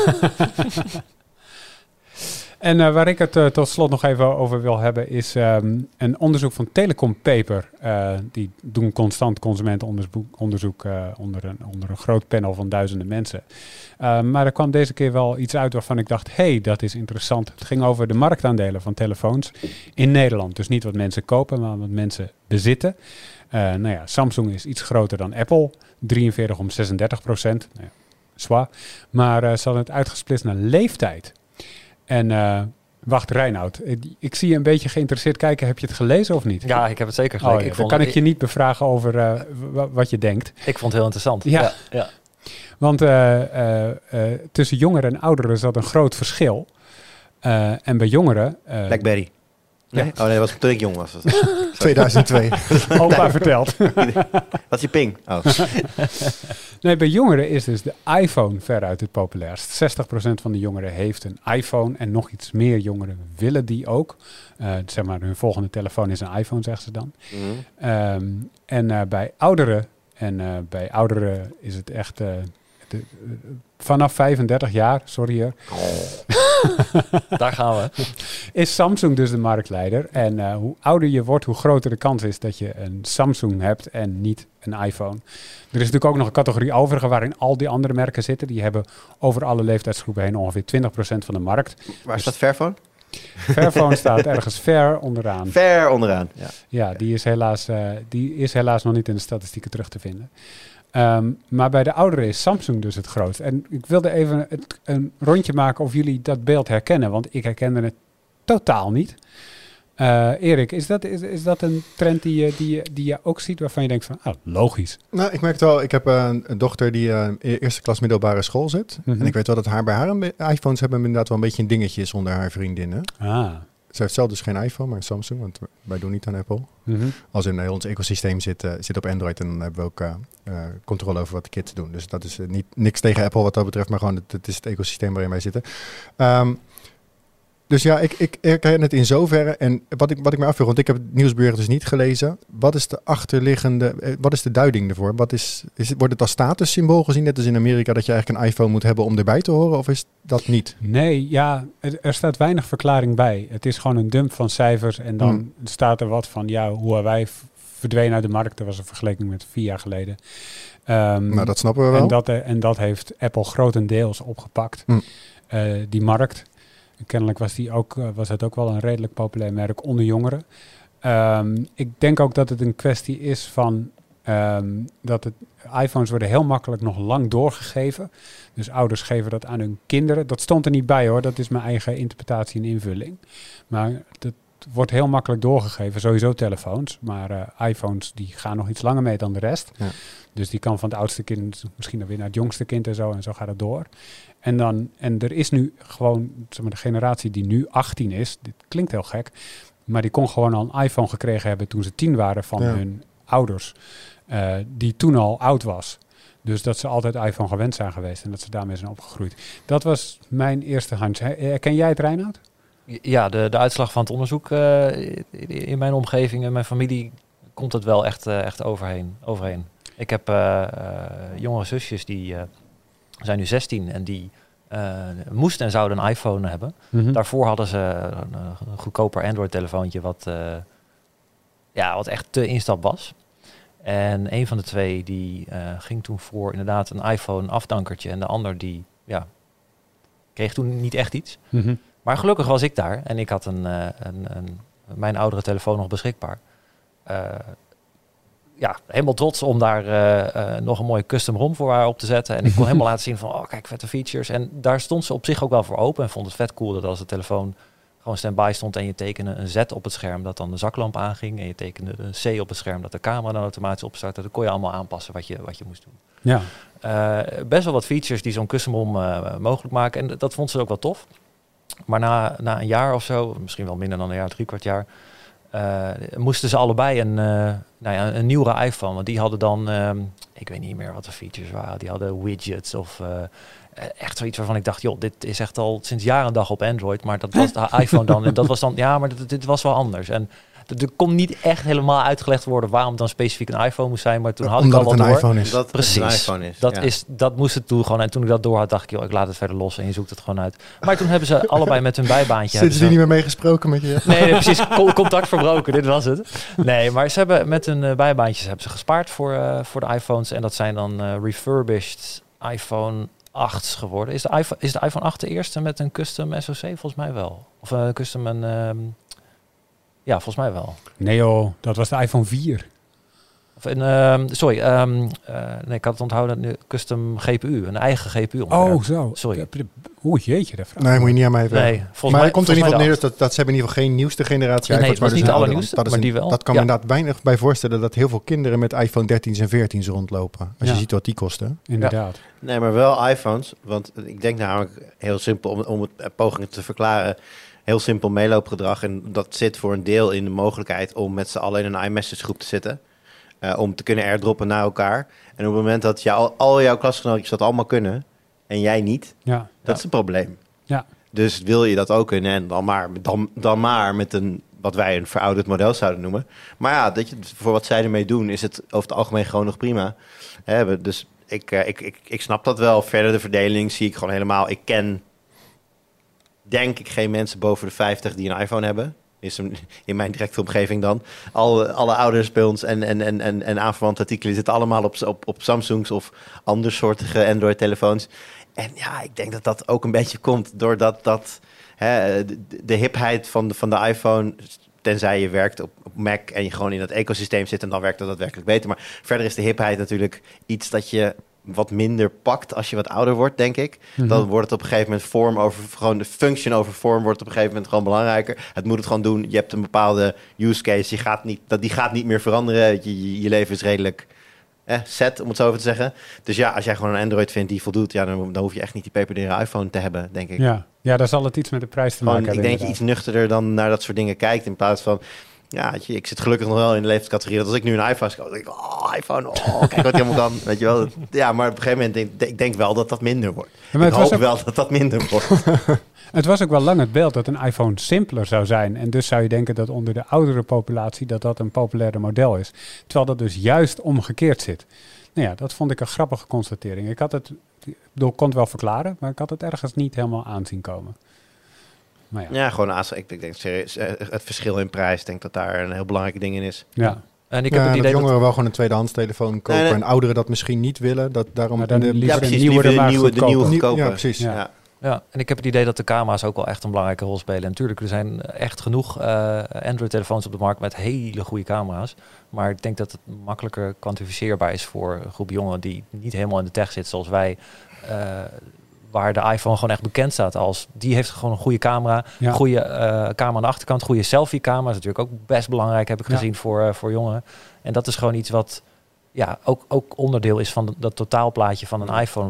En waar ik het tot slot nog even over wil hebben... is een onderzoek van Telecom Paper. Die doen constant consumentenonderzoek onder een groot panel van duizenden mensen. Maar er kwam deze keer wel iets uit waarvan ik dacht... hey, dat is interessant. Het ging over de marktaandelen van telefoons in Nederland. Dus niet wat mensen kopen, maar wat mensen bezitten. Samsung is iets groter dan Apple. 43 om 36%. Zwaar. Maar ze hadden het uitgesplitst naar leeftijd. En wacht, Reinoud. Ik zie je een beetje geïnteresseerd kijken. Heb je het gelezen of niet? Ja, ik heb het zeker gelezen. Dan kan ik je niet bevragen over wat je denkt. Ik vond het heel interessant. Ja. Want tussen jongeren en ouderen zat een groot verschil. En bij jongeren... Blackberry. Nee? Oh nee, dat was toen ik jong was. 2002. Opa verteld. Wat is je ping? Oh. Nee, bij jongeren is dus de iPhone veruit het populairst. 60% van de jongeren heeft een iPhone en nog iets meer jongeren willen die ook. Zeg maar, hun volgende telefoon is een iPhone, zeggen ze dan. Bij ouderen is het echt... vanaf 35 jaar, sorry hier. Daar gaan we. Is Samsung dus de marktleider. En hoe ouder je wordt, hoe groter de kans is dat je een Samsung hebt en niet een iPhone. Er is natuurlijk ook nog een categorie overige waarin al die andere merken zitten. Die hebben over alle leeftijdsgroepen heen ongeveer 20% van de markt. Waar staat Fairphone? Fairphone staat ergens ver onderaan. Ver onderaan. Ja. Ja, die is helaas nog niet in de statistieken terug te vinden. Maar bij de ouderen is Samsung dus het grootst. En ik wilde even een rondje maken of jullie dat beeld herkennen. Want ik herkende het totaal niet. Erik, is dat een trend die je ook ziet waarvan je denkt van, logisch. Nou, ik merk het wel. Ik heb een dochter die in eerste klas middelbare school zit. Mhm. En ik weet wel dat bij haar iPhones hebben inderdaad wel een beetje een dingetje onder haar vriendinnen. Ze heeft zelf dus geen iPhone, maar een Samsung, want wij doen niet aan Apple. Mhm. Als in ons ecosysteem zit op Android en dan hebben we ook controle over wat de kids doen. Dus dat is niks tegen Apple wat dat betreft, maar gewoon het is het ecosysteem waarin wij zitten. Dus ja, ik herken het in zoverre. En wat ik me afvraag, want ik heb het nieuwsbericht dus niet gelezen. Wat is de achterliggende, wat is de duiding ervoor? Wordt het als statussymbool gezien, net als in Amerika, dat je eigenlijk een iPhone moet hebben om erbij te horen? Of is dat niet? Nee, ja, er staat weinig verklaring bij. Het is gewoon een dump van cijfers en dan staat er wat van, ja, Huawei verdween uit de markt. Er was een vergelijking met 4 jaar geleden. Nou, dat snappen we wel. En dat heeft Apple grotendeels opgepakt, die markt. Kennelijk was het ook wel een redelijk populair merk onder jongeren. Ik denk ook dat het een kwestie is van dat iPhones worden heel makkelijk nog lang doorgegeven. Dus ouders geven dat aan hun kinderen. Dat stond er niet bij hoor, dat is mijn eigen interpretatie en invulling. Maar dat wordt heel makkelijk doorgegeven, sowieso telefoons. Maar iPhones die gaan nog iets langer mee dan de rest. Ja. Dus die kan van het oudste kind misschien dan weer naar het jongste kind en zo gaat het door. En er is nu gewoon, zeg maar, de generatie die nu 18 is, dit klinkt heel gek, maar die kon gewoon al een iPhone gekregen hebben toen ze 10 waren van hun ouders, die toen al oud was. Dus dat ze altijd iPhone gewend zijn geweest en dat ze daarmee zijn opgegroeid. Dat was mijn eerste hunch. Herken jij het, Reinoud? Ja, de uitslag van het onderzoek in mijn omgeving en mijn familie komt het wel echt overheen. Ik heb jongere zusjes die zijn nu 16 en die moesten en zouden een iPhone hebben. Mm-hmm. Daarvoor hadden ze een goedkoper Android-telefoontje wat echt te instap was. En een van de twee die ging toen voor inderdaad een iPhone afdankertje en de ander die kreeg toen niet echt iets. Mm-hmm. Maar gelukkig was ik daar en ik had mijn oudere telefoon nog beschikbaar. Helemaal trots om daar nog een mooie custom ROM voor haar op te zetten. En ik kon helemaal laten zien van, kijk, vette features. En daar stond ze op zich ook wel voor open en vond het vet cool dat als de telefoon gewoon standby stond en je tekende een Z op het scherm dat dan de zaklamp aanging. En je tekende een C op het scherm dat de camera dan automatisch opstartte. Dan kon je allemaal aanpassen wat je moest doen. Ja. Best wel wat features die zo'n custom ROM mogelijk maken. En dat vond ze ook wel tof. Maar na een jaar of zo, misschien wel minder dan een jaar, 3/4 jaar, moesten ze allebei een nieuwere iPhone. Want die hadden dan, ik weet niet meer wat de features waren. Die hadden widgets of echt zoiets waarvan ik dacht, joh, dit is echt al sinds jaren en dag op Android. Maar dat was de iPhone dan. En dat was dan, ja, maar dit was wel anders. En er kon niet echt helemaal uitgelegd worden waarom het dan specifiek een iPhone moest zijn. Maar toen had ik al wat door. iPhone is. Dat precies. Het een iPhone is. Dat moest het toen gewoon. En toen ik dat door had, dacht ik, joh, ik laat het verder los en je zoekt het gewoon uit. Maar toen hebben ze allebei met hun bijbaantje. Zitten ze niet meer meegesproken met je? Nee, precies. Contact verbroken, dit was het. Nee, maar ze hebben met hun bijbaantjes hebben ze gespaard voor de iPhones. En dat zijn dan refurbished iPhone 8's geworden. Is de iPhone 8 de eerste met een custom SoC? Volgens mij wel. Of een custom ja, volgens mij wel. Nee joh, dat was de iPhone 4. Ik had het onthouden, custom GPU, een eigen GPU. Oh zo, sorry. Jeetje, dat vraag. Nee, moet je niet aan mij vragen. Nee, maar het komt er in ieder geval neer dat ze hebben in ieder geval geen nieuwste generatie iPhones. Nee, dat is niet de allernieuwste, maar die wel. Dat kan me inderdaad weinig bij voorstellen dat heel veel kinderen met iPhone 13's en 14's rondlopen. Als je ziet wat die kosten. Inderdaad. Ja. Nee, maar wel iPhones. Want ik denk namelijk heel simpel, om het pogingen te verklaren, heel simpel meeloopgedrag. En dat zit voor een deel in de mogelijkheid om met z'n allen in een iMessage groep te zitten. Om te kunnen airdroppen naar elkaar. En op het moment dat al jouw klasgenootjes dat allemaal kunnen en jij niet, dat is een probleem. Ja. Dus wil je dat ook kunnen en dan maar met wat wij een verouderd model zouden noemen. Maar ja, voor wat zij ermee doen is het over het algemeen gewoon nog prima. Dus ik snap dat wel. Verder de verdeling zie ik gewoon helemaal. Ik ken denk ik geen mensen boven de 50 die een iPhone hebben. Is in mijn directe omgeving dan. Alle ouders bij ons en aanverwante artikelen zitten allemaal op Samsungs of andersoortige Android-telefoons. En ja, ik denk dat dat ook een beetje komt doordat de hipheid van de iPhone, tenzij je werkt op Mac en je gewoon in dat ecosysteem zit en dan werkt dat daadwerkelijk beter. Maar verder is de hipheid natuurlijk iets dat je wat minder pakt als je wat ouder wordt, denk ik. Dan wordt het op een gegeven moment gewoon de function over vorm wordt op een gegeven moment gewoon belangrijker. Het moet het gewoon doen. Je hebt een bepaalde use case. Die gaat niet meer veranderen. Je leven is redelijk set, om het zo even te zeggen. Dus ja, als jij gewoon een Android vindt die voldoet, ja, dan hoef je echt niet die peperdure iPhone te hebben, denk ik. Ja, daar zal het iets met de prijs te maken hebben. Ik denk je iets nuchterder dan naar dat soort dingen kijkt, in plaats van, ja, ik zit gelukkig nog wel in de leeftijdscategorie dat als ik nu een iPhone koop, dan denk ik, iPhone, kijk wat helemaal kan, weet je wel. Ja, maar op een gegeven moment ik denk wel dat dat minder wordt. Ja, ik hoop wel dat dat minder wordt. Het was ook wel lang het beeld dat een iPhone simpeler zou zijn. En dus zou je denken dat onder de oudere populatie dat een populairder model is. Terwijl dat dus juist omgekeerd zit. Nou ja, dat vond ik een grappige constatering. Ik kon het wel verklaren, maar ik had het ergens niet helemaal aanzien komen. Maar ja, gewoon ik denk serieus, het verschil in prijs, ik denk dat daar een heel belangrijk ding in is. Ja. En ik heb het idee dat jongeren wel gewoon een tweedehands telefoon kopen en ouderen dat misschien niet willen. Dat daarom de nieuwe kopen. Ja, precies. Ja. Ja, en ik heb het idee dat de camera's ook wel echt een belangrijke rol spelen. En natuurlijk, er zijn echt genoeg Android-telefoons op de markt met hele goede camera's. Maar ik denk dat het makkelijker kwantificeerbaar is voor een groep jongeren die niet helemaal in de tech zit zoals wij. Waar de iPhone gewoon echt bekend staat als, die heeft gewoon een goede camera. Ja. Goede camera aan de achterkant, goede selfie-camera. Dat is natuurlijk ook best belangrijk, heb ik gezien voor jongeren. En dat is gewoon iets wat ook onderdeel is van dat totaalplaatje van een iPhone.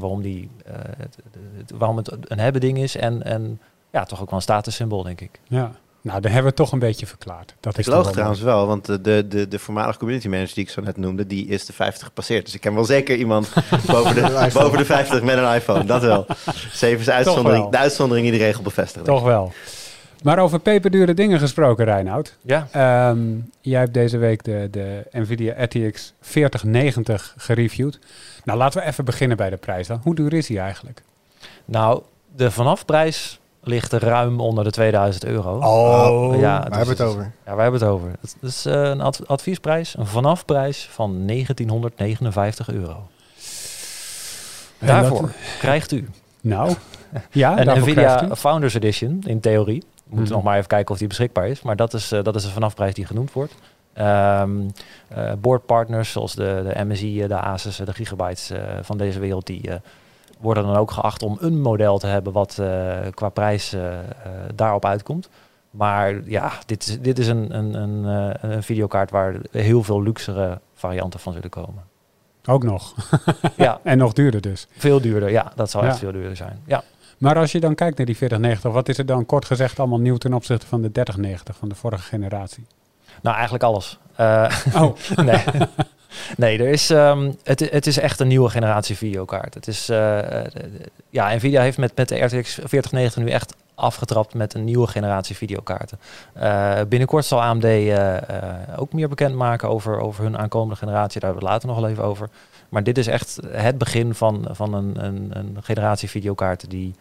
Waarom het een hebben ding is en toch ook wel een statussymbool, denk ik. Ja. Nou, dan hebben we het toch een beetje verklaard. Dat is logisch trouwens wel, want de voormalige community manager die ik zo net noemde, die is de 50 gepasseerd. Dus ik ken wel zeker iemand boven de 50 met een iPhone. Dat wel. Zeven is de uitzondering die de regel bevestigen. Toch wel. Maar over peperdure dingen gesproken, Reinoud. Ja. Jij hebt deze week de Nvidia RTX 4090 gereviewd. Nou, laten we even beginnen bij de prijs dan. Hoe duur is die eigenlijk? Nou, de vanafprijs ligt ruim onder de €2000. Ja, waar hebben we het over? Ja, waar hebben we het over? Het is een adviesprijs, een vanafprijs van €1959. Daarvoor krijgt u een Nvidia Founders Edition, in theorie. We moeten nog maar even kijken of die beschikbaar is. Maar dat is de vanafprijs die genoemd wordt. Boardpartners zoals de MSI, de Asus, de Gigabytes van deze wereld, die worden dan ook geacht om een model te hebben wat qua prijs daarop uitkomt. Maar ja, dit is een videokaart waar heel veel luxere varianten van zullen komen. Ook nog. Ja. En nog duurder dus. Veel duurder, ja. Dat zal echt veel duurder zijn. Ja. Maar als je dan kijkt naar die 4090, wat is er dan kort gezegd allemaal nieuw ten opzichte van de 3090 van de vorige generatie? Nou, eigenlijk alles. Nee, er is, het is echt een nieuwe generatie videokaart. Het is, Nvidia heeft met de RTX 4090 nu echt afgetrapt met een nieuwe generatie videokaarten. Binnenkort zal AMD ook meer bekendmaken over hun aankomende generatie. Daar hebben we het later nog wel even over. Maar dit is echt het begin van een generatie videokaarten die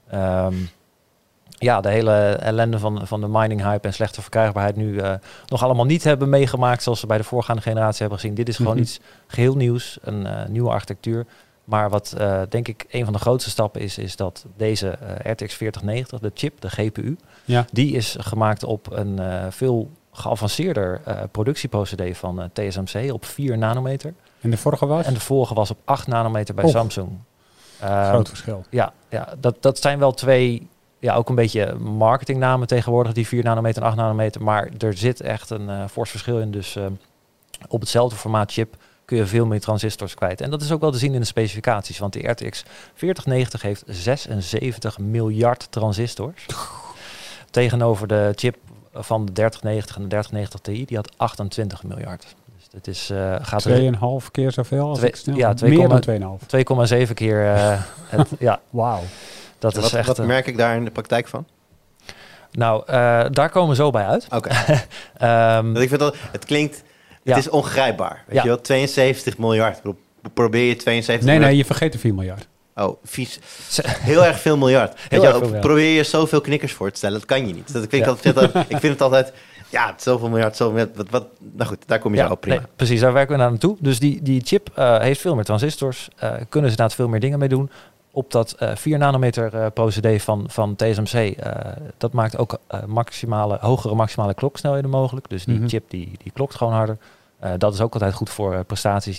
de hele ellende van de mining hype en slechte verkrijgbaarheid nu nog allemaal niet hebben meegemaakt zoals ze bij de voorgaande generatie hebben gezien. Dit is gewoon iets geheel nieuws, een nieuwe architectuur. Maar wat denk ik een van de grootste stappen is dat deze RTX 4090, de chip, de GPU, die is gemaakt op een veel geavanceerder productieprocedé van TSMC op 4 nanometer. En de vorige was? En de vorige was op 8 nanometer bij Samsung. Groot verschil. Ja, dat zijn wel twee, ook een beetje marketingnamen tegenwoordig, die 4 nanometer en 8 nanometer. Maar er zit echt een fors verschil in. Dus op hetzelfde formaat chip kun je veel meer transistors kwijt. En dat is ook wel te zien in de specificaties. Want de RTX 4090 heeft 76 miljard transistors. Tegenover de chip van de 3090 en de 3090 Ti, die had 28 miljard. Dus het is, gaat 2,5 keer zoveel als ik snel. Ja, meer dan 2,5. 2,7 keer. Wauw. Wat merk ik daar in de praktijk van? Nou, daar komen we zo bij uit. Oké. Ik vind dat het klinkt. Het is ongrijpbaar. Weet je wel, 72 miljard. Probeer je 72 miljard. Nee, je vergeet de 4 miljard. Oh, vies. Heel erg veel miljard. Probeer je zoveel knikkers voor te stellen. Dat kan je niet. Ik vind het altijd. Ja, zoveel miljard, zoveel miljard. Nou goed, daar kom je zo op. Prima. Nee, precies, daar werken we naar naartoe. Dus die chip heeft veel meer transistors. Kunnen ze inderdaad veel meer dingen mee doen. op dat 4 nanometer procedé van TSMC. Dat maakt ook hogere maximale kloksnelheden mogelijk. Dus die chip die klokt gewoon harder. Dat is ook altijd goed voor prestaties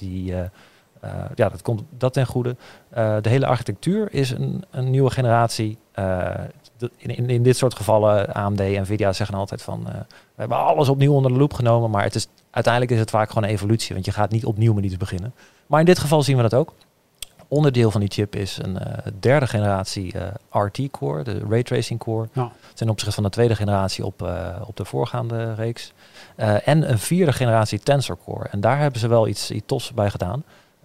dat komt dat ten goede. De hele architectuur is een nieuwe generatie. In dit soort gevallen, AMD en Nvidia zeggen altijd van... we hebben alles opnieuw onder de loep genomen. Maar uiteindelijk is het vaak gewoon een evolutie. Want je gaat niet opnieuw met iets beginnen. Maar in dit geval zien we dat ook. Onderdeel van die chip is een derde generatie RT-core, de Raytracing Core. Ja. Ten opzichte van de tweede generatie op de voorgaande reeks. En een vierde generatie Tensor Core. En daar hebben ze wel iets tofs bij gedaan.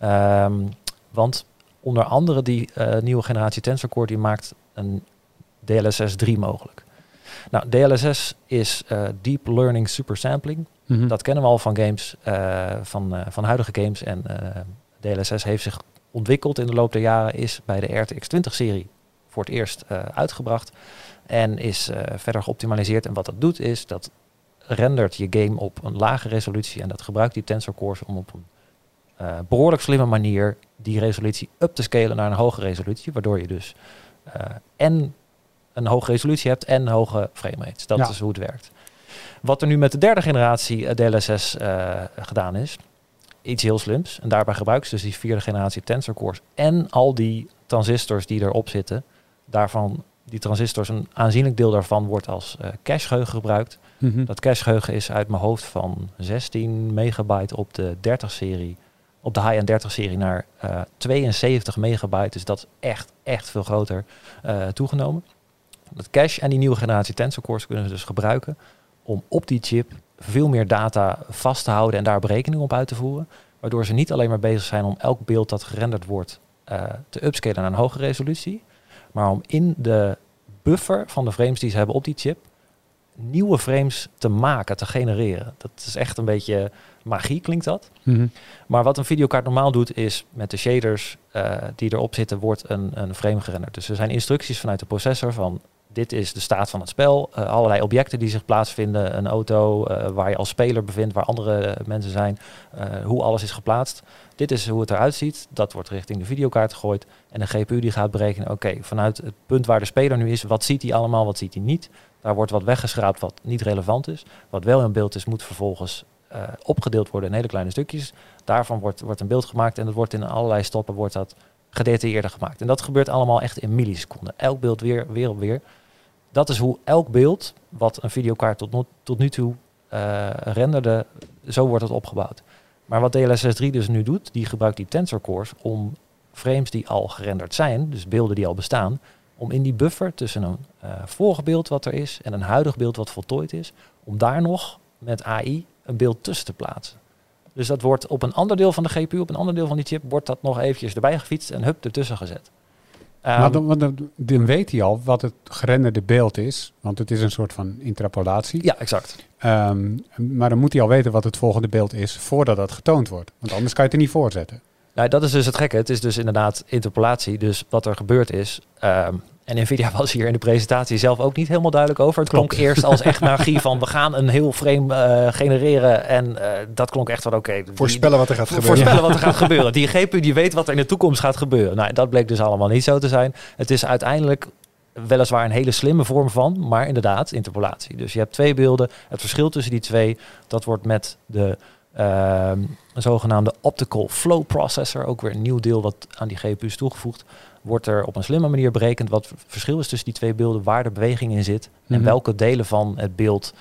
Want onder andere die nieuwe generatie Tensor Core die maakt een DLSS 3 mogelijk. Nou, DLSS is Deep Learning Supersampling. Mm-hmm. Dat kennen we al van games, van huidige games. En DLSS heeft zich ontwikkeld in de loop der jaren, is bij de RTX 20-serie voor het eerst uitgebracht. En is verder geoptimaliseerd. En wat dat doet is, dat rendert je game op een lage resolutie. En dat gebruikt die Tensor Cores om op een behoorlijk slimme manier die resolutie up te scalen naar een hoge resolutie. Waardoor je dus en een hoge resolutie hebt en hoge framerates. Dat is hoe het werkt. Wat er nu met de derde generatie DLSS gedaan is, iets heel slims. En daarbij gebruiken ze dus die vierde generatie Tensor Cores en al die transistors die erop zitten. Daarvan, die transistors, een aanzienlijk deel daarvan wordt als cache-geheugen gebruikt. Mm-hmm. Dat cache-geheugen is uit mijn hoofd van 16 megabyte op de 30-serie, op de high-end 30-serie naar 72 megabyte. Dus dat is echt veel groter toegenomen. Dat cache en die nieuwe generatie Tensor Cores kunnen ze dus gebruiken om op die chip veel meer data vast te houden en daar berekeningen op uit te voeren. Waardoor ze niet alleen maar bezig zijn om elk beeld dat gerenderd wordt te upscalen naar een hoge resolutie, maar om in de buffer van de frames die ze hebben op die chip nieuwe frames te maken, te genereren. Dat is echt een beetje magie, klinkt dat. Mm-hmm. Maar wat een videokaart normaal doet, is met de shaders die erop zitten, wordt een frame gerenderd. Dus er zijn instructies vanuit de processor van dit is de staat van het spel. Allerlei objecten die zich plaatsvinden. Een auto waar je als speler bevindt, waar andere mensen zijn. Hoe alles is geplaatst. Dit is hoe het eruit ziet. Dat wordt richting de videokaart gegooid. En de GPU die gaat berekenen, oké, vanuit het punt waar de speler nu is, wat ziet hij allemaal, wat ziet hij niet. Daar wordt wat weggeschraapt wat niet relevant is. Wat wel in beeld is, moet vervolgens opgedeeld worden in hele kleine stukjes. Daarvan wordt een beeld gemaakt en dat wordt in allerlei stappen wordt dat gedetailleerder gemaakt. En dat gebeurt allemaal echt in milliseconden. Elk beeld weer op weer. Dat is hoe elk beeld, wat een videokaart tot nu toe renderde, zo wordt het opgebouwd. Maar wat DLSS 3 dus nu doet, die gebruikt die Tensor Cores om frames die al gerenderd zijn, dus beelden die al bestaan, om in die buffer tussen een vorig beeld wat er is en een huidig beeld wat voltooid is, om daar nog met AI een beeld tussen te plaatsen. Dus dat wordt op een ander deel van de GPU, op een ander deel van die chip, wordt dat nog eventjes erbij gefietst en hup, ertussen gezet. Maar dan weet hij al wat het gerenderde beeld is, want het is een soort van interpolatie. Ja, exact. Maar dan moet hij al weten wat het volgende beeld is voordat dat getoond wordt. Want anders kan je het er niet voor zetten. Nou, dat is dus het gekke. Het is dus inderdaad interpolatie. Dus wat er gebeurd is, en Nvidia was hier in de presentatie zelf ook niet helemaal duidelijk over. Het klonk eerst als echt magie van we gaan een heel frame genereren. En dat klonk echt van oké. Voorspellen wat er gaat gebeuren. Voorspellen wat er gaat gebeuren. Die GPU die weet wat er in de toekomst gaat gebeuren. Nou, dat bleek dus allemaal niet zo te zijn. Het is uiteindelijk weliswaar een hele slimme vorm van, maar inderdaad interpolatie. Dus je hebt twee beelden. Het verschil tussen die twee, dat wordt met de zogenaamde Optical Flow Processor, ook weer een nieuw deel wat aan die GPU is toegevoegd, wordt er op een slimme manier berekend wat het verschil is tussen die twee beelden, waar de beweging in zit en welke delen van het beeld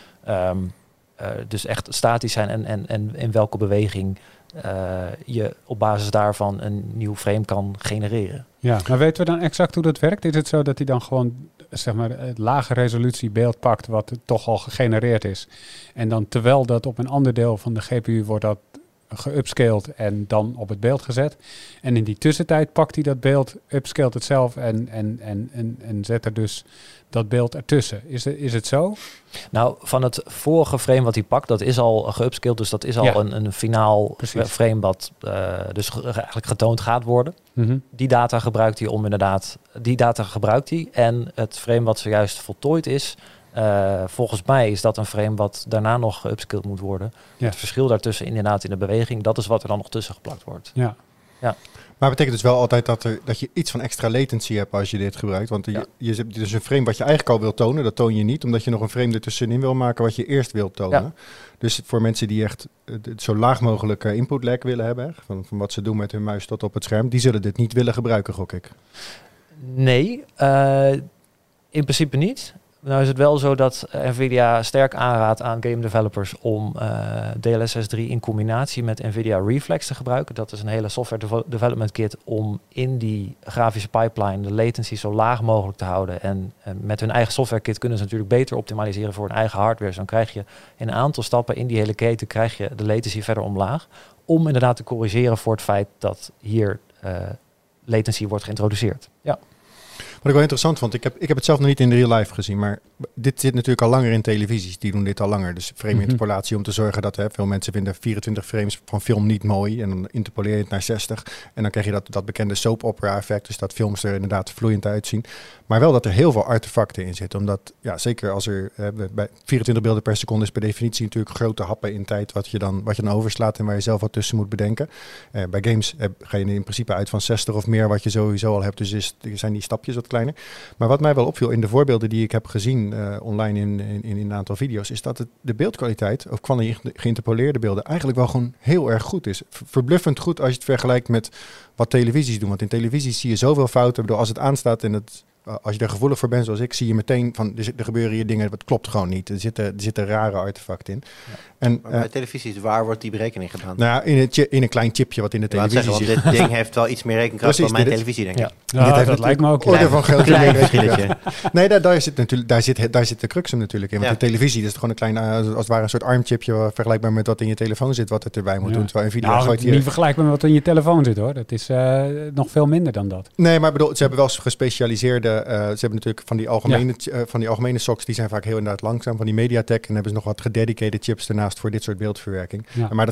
dus echt statisch zijn en in welke beweging je op basis daarvan een nieuw frame kan genereren. Ja, maar weten we dan exact hoe dat werkt? Is het zo dat hij dan gewoon zeg maar het lage resolutie beeld pakt wat toch al gegenereerd is en dan terwijl dat op een ander deel van de GPU wordt dat geupscaled en dan op het beeld gezet. En in die tussentijd pakt hij dat beeld, upscaled het zelf en zet er dus dat beeld ertussen. Is het zo? Nou, van het vorige frame wat hij pakt, dat is al geupscaled, dus dat is al een finaal frame wat dus eigenlijk getoond gaat worden. Mm-hmm. Die data gebruikt hij om inderdaad, en het frame wat zojuist voltooid is, volgens mij is dat een frame wat daarna nog geupscaled moet worden. Ja. Het verschil daartussen inderdaad in de beweging, dat is wat er dan nog tussen geplakt wordt. Ja. Ja. Maar het betekent dus wel altijd dat je iets van extra latency hebt als je dit gebruikt. Want je hebt dus een frame wat je eigenlijk al wil tonen, dat toon je niet. Omdat je nog een frame ertussenin wil maken wat je eerst wilt tonen. Ja. Dus voor mensen die echt zo laag mogelijk input lag willen hebben, van wat ze doen met hun muis tot op het scherm, die zullen dit niet willen gebruiken, gok ik. Nee, in principe niet. Nou is het wel zo dat NVIDIA sterk aanraadt aan game developers om DLSS 3 in combinatie met NVIDIA Reflex te gebruiken. Dat is een hele software development kit om in die grafische pipeline de latency zo laag mogelijk te houden. En met hun eigen software kit kunnen ze natuurlijk beter optimaliseren voor hun eigen hardware. Dus dan krijg je in een aantal stappen in die hele keten krijg je de latency verder omlaag. Om inderdaad te corrigeren voor het feit dat hier latency wordt geïntroduceerd. Ja. Wat ik wel interessant vond, ik heb het zelf nog niet in de real life gezien, maar dit zit natuurlijk al langer in televisies. Die doen dit al langer. Dus frame interpolatie om te zorgen dat veel mensen vinden 24 frames van film niet mooi. En dan interpoleer je het naar 60. En dan krijg je dat bekende soap opera effect. Dus dat films er inderdaad vloeiend uitzien. Maar wel dat er heel veel artefacten in zitten. Omdat, ja, zeker als er bij 24 beelden per seconde is per definitie natuurlijk grote happen in tijd wat je dan overslaat en waar je zelf wat tussen moet bedenken. Bij games ga je in principe uit van 60 of meer wat je sowieso al hebt. Dus zijn die stapjes wat kleiner. Maar wat mij wel opviel in de voorbeelden die ik heb gezien online in een aantal video's, is dat de beeldkwaliteit, of van de geïnterpoleerde beelden, eigenlijk wel gewoon heel erg goed is. Verbluffend goed als je het vergelijkt met wat televisies doen. Want in televisies zie je zoveel fouten. Ik bedoel, als het aanstaat en als je er gevoelig voor bent zoals ik, zie je meteen van er gebeuren hier dingen, het klopt gewoon niet. Er zitten rare artefacten in. Ja. En bij televisies, waar wordt die berekening gedaan? Nou ja, in een klein chipje wat in de televisie zit. Want dit ding heeft wel iets meer rekenkracht dan mijn televisie, denk ik. Ja, dat lijkt me ook. Orde van groot verschilletje. Nee, daar zit de crux hem natuurlijk in. Want de televisie, dat is gewoon een klein, als het ware een soort armchipje vergelijkbabe met wat in je telefoon zit, wat het erbij moet doen. Terwijl Nvidia gooit hier... Niet vergelijkbaar met wat in je telefoon zit, hoor. Dat is nog veel minder dan dat. Nee, maar bedoel, ze hebben wel gespecialiseerde, ze hebben natuurlijk van die algemene SoCs, die zijn vaak heel inderdaad langzaam, van die Mediatek, en hebben ze nog wat gededicated chips ernaast voor dit soort beeldverwerking. Ja. Maar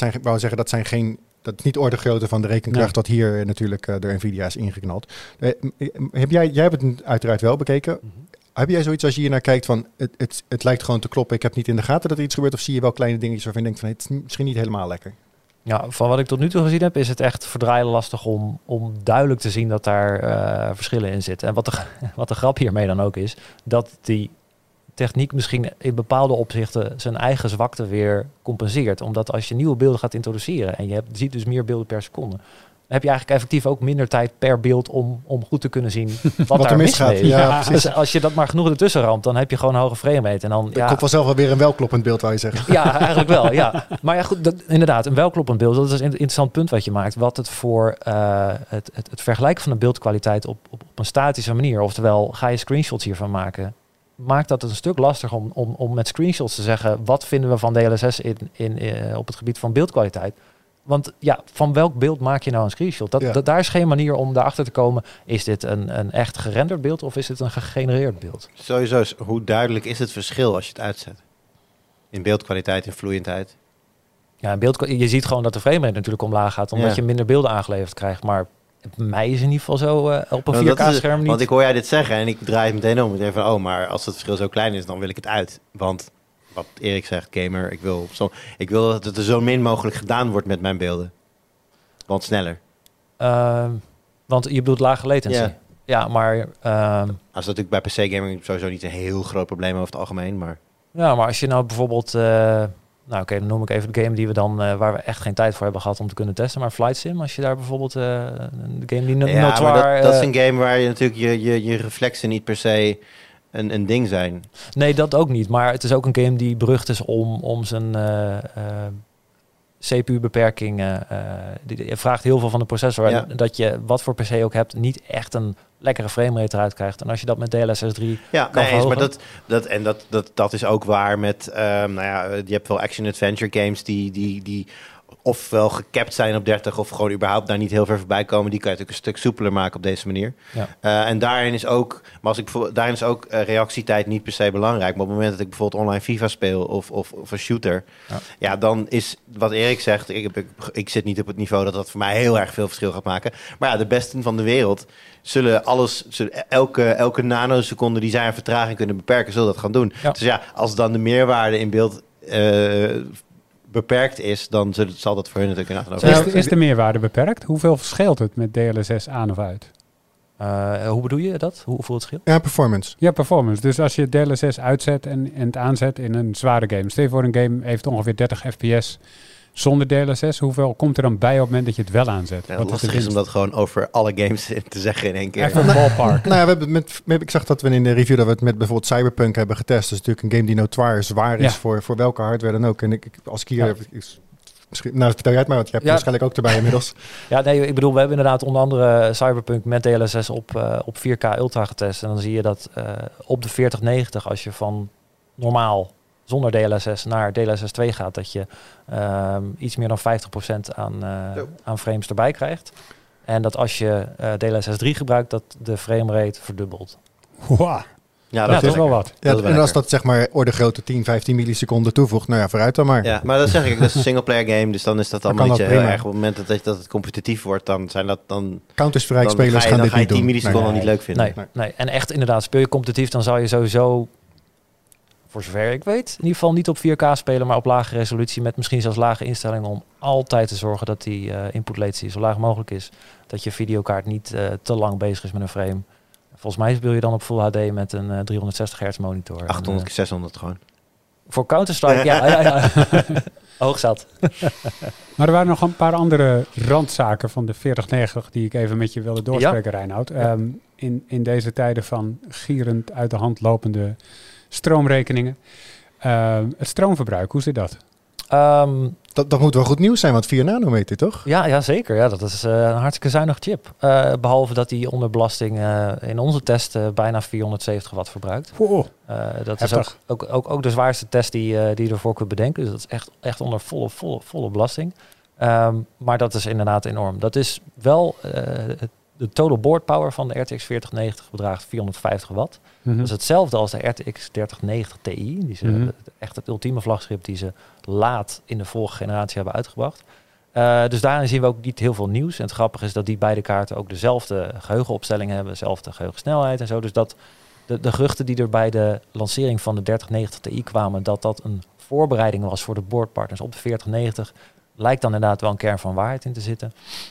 dat is niet orde grootte van de rekenkracht dat hier natuurlijk door Nvidia is ingeknald. Jij hebt het uiteraard wel bekeken. Heb jij zoiets als je hier naar kijkt van het lijkt gewoon te kloppen, ik heb niet in de gaten dat er iets gebeurt, of zie je wel kleine dingetjes waarvan je denkt van het is misschien niet helemaal lekker? Ja, van wat ik tot nu toe gezien heb, is het echt verdraaien lastig om duidelijk te zien dat daar verschillen in zitten. En wat de grap hiermee dan ook is, dat die techniek misschien in bepaalde opzichten zijn eigen zwakte weer compenseert. Omdat als je nieuwe beelden gaat introduceren en je ziet dus meer beelden per seconde, dan heb je eigenlijk effectief ook minder tijd per beeld om goed te kunnen zien wat daar misgaat. Ja, dus als je dat maar genoeg ertussen ramt, dan heb je gewoon een hoge framerate. En dan komt vanzelf wel weer een welkloppend beeld, wou je zeggen. Ja, eigenlijk wel, ja. Maar ja, goed, inderdaad, een welkloppend beeld, dat is een interessant punt wat je maakt. Wat het voor het vergelijken van de beeldkwaliteit op een statische manier, oftewel ga je screenshots hiervan maken, maakt dat het een stuk lastiger om met screenshots te zeggen, wat vinden we van DLSS op het gebied van beeldkwaliteit. Want ja, van welk beeld maak je nou een screenshot? Daar is geen manier om daarachter te komen. Is dit een echt gerenderd beeld of is dit een gegenereerd beeld? Sowieso, hoe duidelijk is het verschil als je het uitzet? In beeldkwaliteit, in vloeiendheid? Ja, je ziet gewoon dat de framerate natuurlijk omlaag gaat, omdat je minder beelden aangeleverd krijgt. Maar bij mij is in ieder geval zo op een 4K-scherm niet. Want ik hoor jij dit zeggen en ik draai het meteen om. Ik denk van, maar als het verschil zo klein is, dan wil ik het uit. Want wat Erik zegt, gamer, ik wil dat het er zo min mogelijk gedaan wordt met mijn beelden. Want sneller. Want je bedoelt lage latency. Yeah. Ja, maar... dat is natuurlijk bij PC-gaming sowieso niet een heel groot probleem over het algemeen, maar... Ja, maar als je nou bijvoorbeeld... dan noem ik even de game die we dan... waar we echt geen tijd voor hebben gehad om te kunnen testen. Maar Flight Sim, als je daar bijvoorbeeld... een game die Notoire... maar dat is een game waar je natuurlijk je reflexen niet per se een ding zijn. Nee, dat ook niet. Maar het is ook een game die berucht is om zijn... CPU-beperking, die vraagt heel veel van de processor. Ja. Dat je, wat voor PC ook hebt, niet echt een lekkere framerate eruit krijgt. En als je dat met DLSS 3 kan verhogen... Maar dat is ook waar met... je hebt wel action-adventure games die ofwel gekapt zijn op 30 of gewoon überhaupt daar niet heel ver voorbij komen. Die kan je natuurlijk een stuk soepeler maken op deze manier. Ja. En daarin is ook, reactietijd niet per se belangrijk. Maar op het moment dat ik bijvoorbeeld online FIFA speel of een shooter, dan is wat Erik zegt, ik zit niet op het niveau dat voor mij heel erg veel verschil gaat maken. Maar ja, de besten van de wereld zullen elke nanoseconde die zij aan vertraging kunnen beperken, zullen dat gaan doen. Ja. Dus ja, als dan de meerwaarde in beeld beperkt is, dan zal dat voor hun natuurlijk inderdaad Is de meerwaarde beperkt? Hoeveel verschilt het met DLSS aan of uit? Hoe bedoel je dat? Hoeveel het scheelt? Ja, performance. Ja, performance. Dus als je DLSS uitzet en het aanzet in een zware game. Stel je voor, een game heeft ongeveer 30 fps zonder DLSS. Hoeveel komt er dan bij op het moment dat je het wel aanzet? Ja, lastig is om dat gewoon over alle games te zeggen in één keer. Even een ballpark. Nou ja, ik zag dat we in de review dat we het met bijvoorbeeld Cyberpunk hebben getest. Dat is natuurlijk een game die notoire zwaar is voor welke hardware dan ook. En als ik hier... Misschien, nou, vertel jij het maar, want je hebt waarschijnlijk ook erbij inmiddels. Ja, nee, ik bedoel, we hebben inderdaad onder andere Cyberpunk met DLSS op 4K Ultra getest. En dan zie je dat op de 4090, als je van normaal zonder DLSS naar DLSS 2 gaat, dat je iets meer dan 50% aan frames erbij krijgt. En dat als je DLSS 3 gebruikt, dat de framerate verdubbelt. Wow. Ja, dat is wel wat. Ja, en als dat zeg maar orde grootte 10, 15 milliseconden toevoegt, nou ja, vooruit dan maar. Ja, maar dat zeg ik, dat is een singleplayer game, dus dan is dat allemaal niet heel erg. Op het moment dat het competitief wordt, dan zijn dat dan... Counter-Strike spelers gaan dit niet doen. Dan ga je 10 milliseconden niet leuk vinden. Nee. En echt inderdaad, speel je competitief, dan zal je sowieso, voor zover ik weet, in ieder geval niet op 4K spelen, maar op lage resolutie met misschien zelfs lage instellingen om altijd te zorgen dat die input latency zo laag mogelijk is. Dat je videokaart niet te lang bezig is met een frame. Volgens mij speel je dan op Full HD met een 360 Hz monitor. 800, 600 gewoon. Voor Counter-Strike, ja. Hoog zat. Maar er waren nog een paar andere randzaken van de 4090 die ik even met je wilde doorspreken, Reinoud. In deze tijden van gierend uit de hand lopende stroomrekeningen. Het stroomverbruik, hoe zit dat? Dat moet wel goed nieuws zijn, want 4 nanometer, toch? Ja, zeker. Ja, dat is een hartstikke zuinig chip. Behalve dat die onder belasting in onze test bijna 470 watt verbruikt. Dat is ook de zwaarste test die je ervoor kunt bedenken. Dus dat is echt onder volle belasting. Maar dat is inderdaad enorm. Dat is wel... de total board power van de RTX 4090 bedraagt 450 watt. Dat is hetzelfde als de RTX 3090 Ti. Die ze echt het ultieme vlaggenschip die ze laat in de vorige generatie hebben uitgebracht. Dus daarin zien we ook niet heel veel nieuws. En het grappige is dat die beide kaarten ook dezelfde geheugenopstelling hebben, dezelfde geheugensnelheid en zo. Dus dat de geruchten die er bij de lancering van de 3090 Ti kwamen, dat een voorbereiding was voor de boardpartners op de 4090, lijkt dan inderdaad wel een kern van waarheid in te zitten.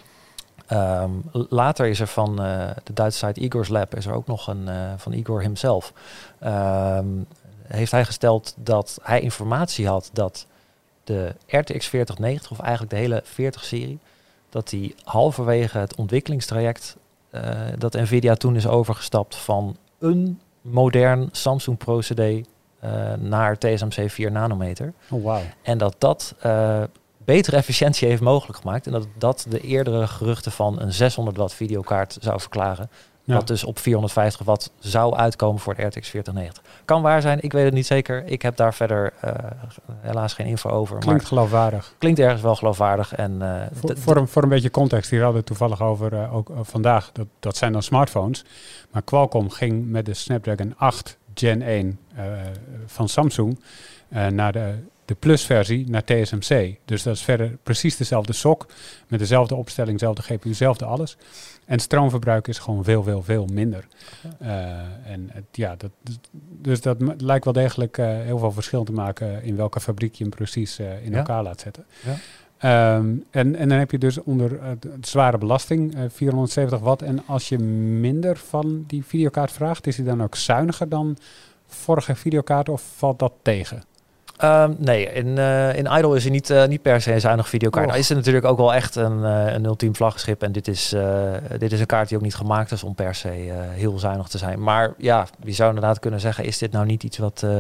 Later is er van de Duitse site Igor's Lab is er ook nog een van Igor himself. Heeft hij gesteld dat hij informatie had dat de RTX 4090, of eigenlijk de hele 40-serie, dat die halverwege het ontwikkelingstraject dat Nvidia toen is overgestapt van een modern Samsung procedé naar TSMC 4 nanometer. Oh, wow. En dat betere efficiëntie heeft mogelijk gemaakt. En dat de eerdere geruchten van een 600 watt videokaart zou verklaren. Ja. Wat dus op 450 watt zou uitkomen voor de RTX 4090. Kan waar zijn, ik weet het niet zeker. Ik heb daar verder helaas geen info over. Klinkt maar geloofwaardig. Klinkt ergens wel geloofwaardig. En, voor een beetje context, hier hadden we het toevallig over ook vandaag. Dat zijn dan smartphones. Maar Qualcomm ging met de Snapdragon 8 Gen 1 van Samsung naar de Plus-versie naar TSMC. Dus dat is verder precies dezelfde SoC, met dezelfde opstelling, dezelfde GPU, dezelfde alles. En stroomverbruik is gewoon veel minder. Dus dat lijkt wel degelijk heel veel verschil te maken in welke fabriek je hem precies in elkaar laat zetten. Ja. En dan heb je dus onder zware belasting 470 watt. En als je minder van die videokaart vraagt, is die dan ook zuiniger dan vorige videokaarten of valt dat tegen? Nee, in Idle is hij niet per se een zuinig videokaart. Nou is het natuurlijk ook wel echt een ultiem vlaggenschip. En dit is een kaart die ook niet gemaakt is om per se heel zuinig te zijn. Maar ja, je zou inderdaad kunnen zeggen, is dit nou niet iets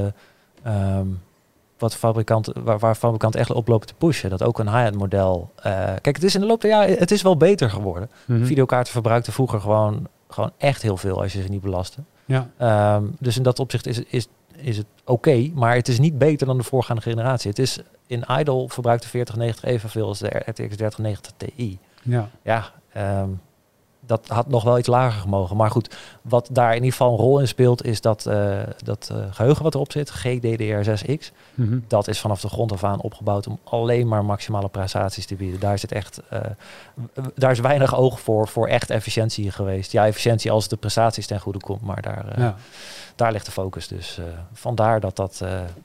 waar fabrikanten echt oplopen te pushen? Dat ook een high-end model... kijk, het is in de loop der jaren, het is wel beter geworden. Videokaarten verbruikten vroeger gewoon echt heel veel als je ze niet belastte. Ja. Dus in dat opzicht is het oké, maar het is niet beter dan de voorgaande generatie. Het is in Idle verbruikt de 4090 evenveel als de RTX 3090 Ti. Ja, dat had nog wel iets lager gemogen. Maar goed, wat daar in ieder geval een rol in speelt, is dat geheugen wat erop zit, GDDR6X, dat is vanaf de grond af aan opgebouwd om alleen maar maximale prestaties te bieden. Daar zit echt, daar is weinig oog voor echt efficiëntie geweest. Ja, efficiëntie als de prestaties ten goede komt, maar daar ligt de focus. Dus vandaar dat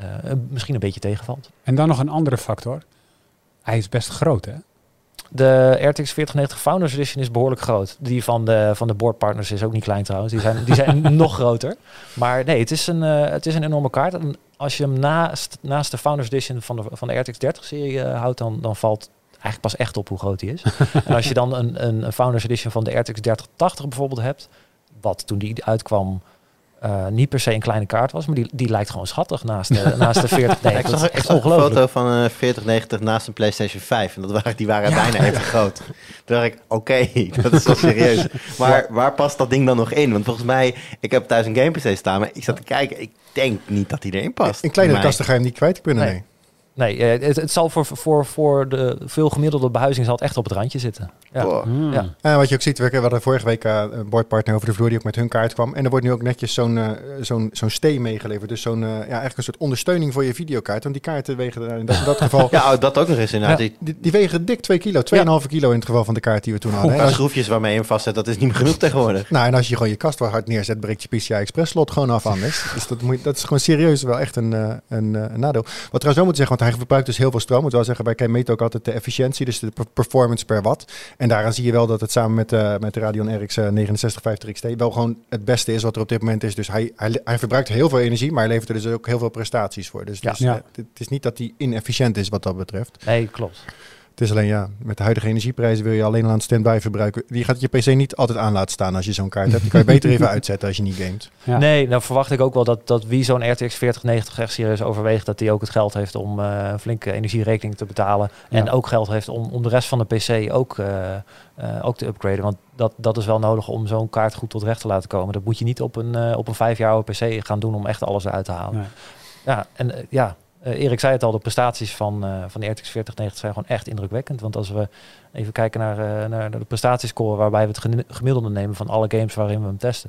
misschien een beetje tegenvalt. En dan nog een andere factor. Hij is best groot, hè? De RTX 4090 Founders Edition is behoorlijk groot. Die van de boardpartners is ook niet klein trouwens. Die zijn nog groter. Maar nee, het is een enorme kaart. En als je hem naast de Founders Edition van de RTX 30-serie houdt, dan valt eigenlijk pas echt op hoe groot die is. En als je dan een Founders Edition van de RTX 3080 bijvoorbeeld hebt, wat toen die uitkwam niet per se een kleine kaart was, maar die lijkt gewoon schattig naast de 4090. Nee, ik zag een foto van een 4090 naast een PlayStation 5. En die waren bijna even groot. Toen dacht ik, oké, dat is wel serieus. Maar waar past dat ding dan nog in? Want volgens mij, ik heb thuis een game PC staan, maar ik zat te kijken. Ik denk niet dat die erin past. In kleinere kasten ga je hem niet kwijt kunnen, nee. Nee, het zal voor de veel gemiddelde behuizing zal het echt op het randje zitten. Ja. Ja. Wat je ook ziet, we hadden vorige week een boardpartner over de vloer die ook met hun kaart kwam. En er wordt nu ook netjes zo'n stay meegeleverd. Dus eigenlijk een soort ondersteuning voor je videokaart. Want die kaarten wegen in dat geval... Ja, dat ook nog eens inderdaad. Ja, die wegen dik 2 kilo, 2,5 kilo in het geval van de kaart die we toen hadden. Schroefjes waarmee je hem vastzet, dat is niet meer genoeg tegenwoordig. Nou, en als je gewoon je kast wel hard neerzet, breekt je PCI Express slot gewoon af anders. Dus dat is gewoon serieus wel echt een nadeel. Wat trouwens wel moet zeggen, want hij verbruikt dus heel veel stroom. Moet wel zeggen, bij KMeet ook altijd de efficiëntie, dus de performance per watt. En daaraan zie je wel dat het samen met de Radeon RX 6950 XT wel gewoon het beste is wat er op dit moment is. Dus hij verbruikt heel veel energie, maar hij levert er dus ook heel veel prestaties voor. Dus het is niet dat hij inefficiënt is wat dat betreft. Nee, klopt. Het is alleen, met de huidige energieprijzen wil je alleen al aan standby verbruiken. Die gaat je PC niet altijd aan laten staan als je zo'n kaart hebt. Die kan je beter even uitzetten als je niet gamet. Ja. Nee, nou verwacht ik ook wel dat wie zo'n RTX 4090 echt serieus overweegt, dat die ook het geld heeft om een flinke energierekening te betalen. Ja. En ook geld heeft om de rest van de PC ook te upgraden. Want dat is wel nodig om zo'n kaart goed tot recht te laten komen. Dat moet je niet op een 5 jaar oude PC gaan doen om echt alles eruit te halen. Nee. Ja, en Erik zei het al, de prestaties van de RTX 4090 zijn gewoon echt indrukwekkend. Want als we even kijken naar de prestatiescore waarbij we het gemiddelde nemen van alle games waarin we hem testen.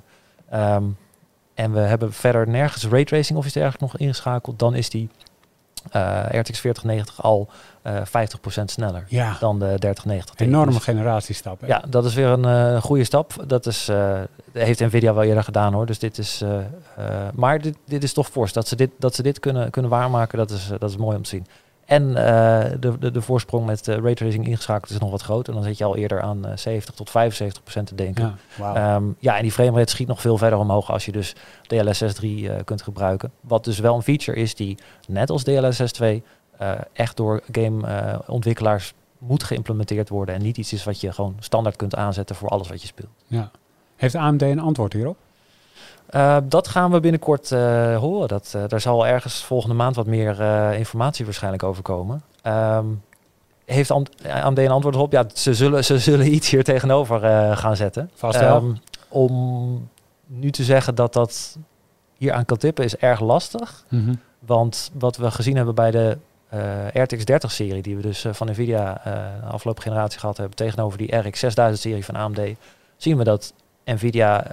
En we hebben verder nergens raytracing of iets dergelijks nog ingeschakeld. Dan is die RTX 4090 al 50% sneller dan de 3090. Enorme generatiestap. Hè? Ja, dat is weer een goede stap. Dat heeft Nvidia wel eerder gedaan hoor. Dus dit is, maar dit is toch fors. Dat ze dit kunnen waarmaken, dat is mooi om te zien. En de voorsprong met raytracing ingeschakeld is nog wat groter. Dan zit je al eerder aan 70 tot 75% te denken. Ja, wow. En die framerate schiet nog veel verder omhoog als je dus DLSS 3 kunt gebruiken. Wat dus wel een feature is die net als DLSS 2 echt door gameontwikkelaars moet geïmplementeerd worden. En niet iets is wat je gewoon standaard kunt aanzetten voor alles wat je speelt. Ja. Heeft AMD een antwoord hierop? Dat gaan we binnenkort horen. Daar zal ergens volgende maand wat meer informatie waarschijnlijk over komen. Heeft AMD een antwoord op? Ja, ze zullen iets hier tegenover gaan zetten. Vast wel. Om nu te zeggen dat hier aan kan tippen is erg lastig. Mm-hmm. Want wat we gezien hebben bij de RTX 30-serie, die we dus van Nvidia de afgelopen generatie gehad hebben, tegenover die RX 6000-serie van AMD, zien we dat Nvidia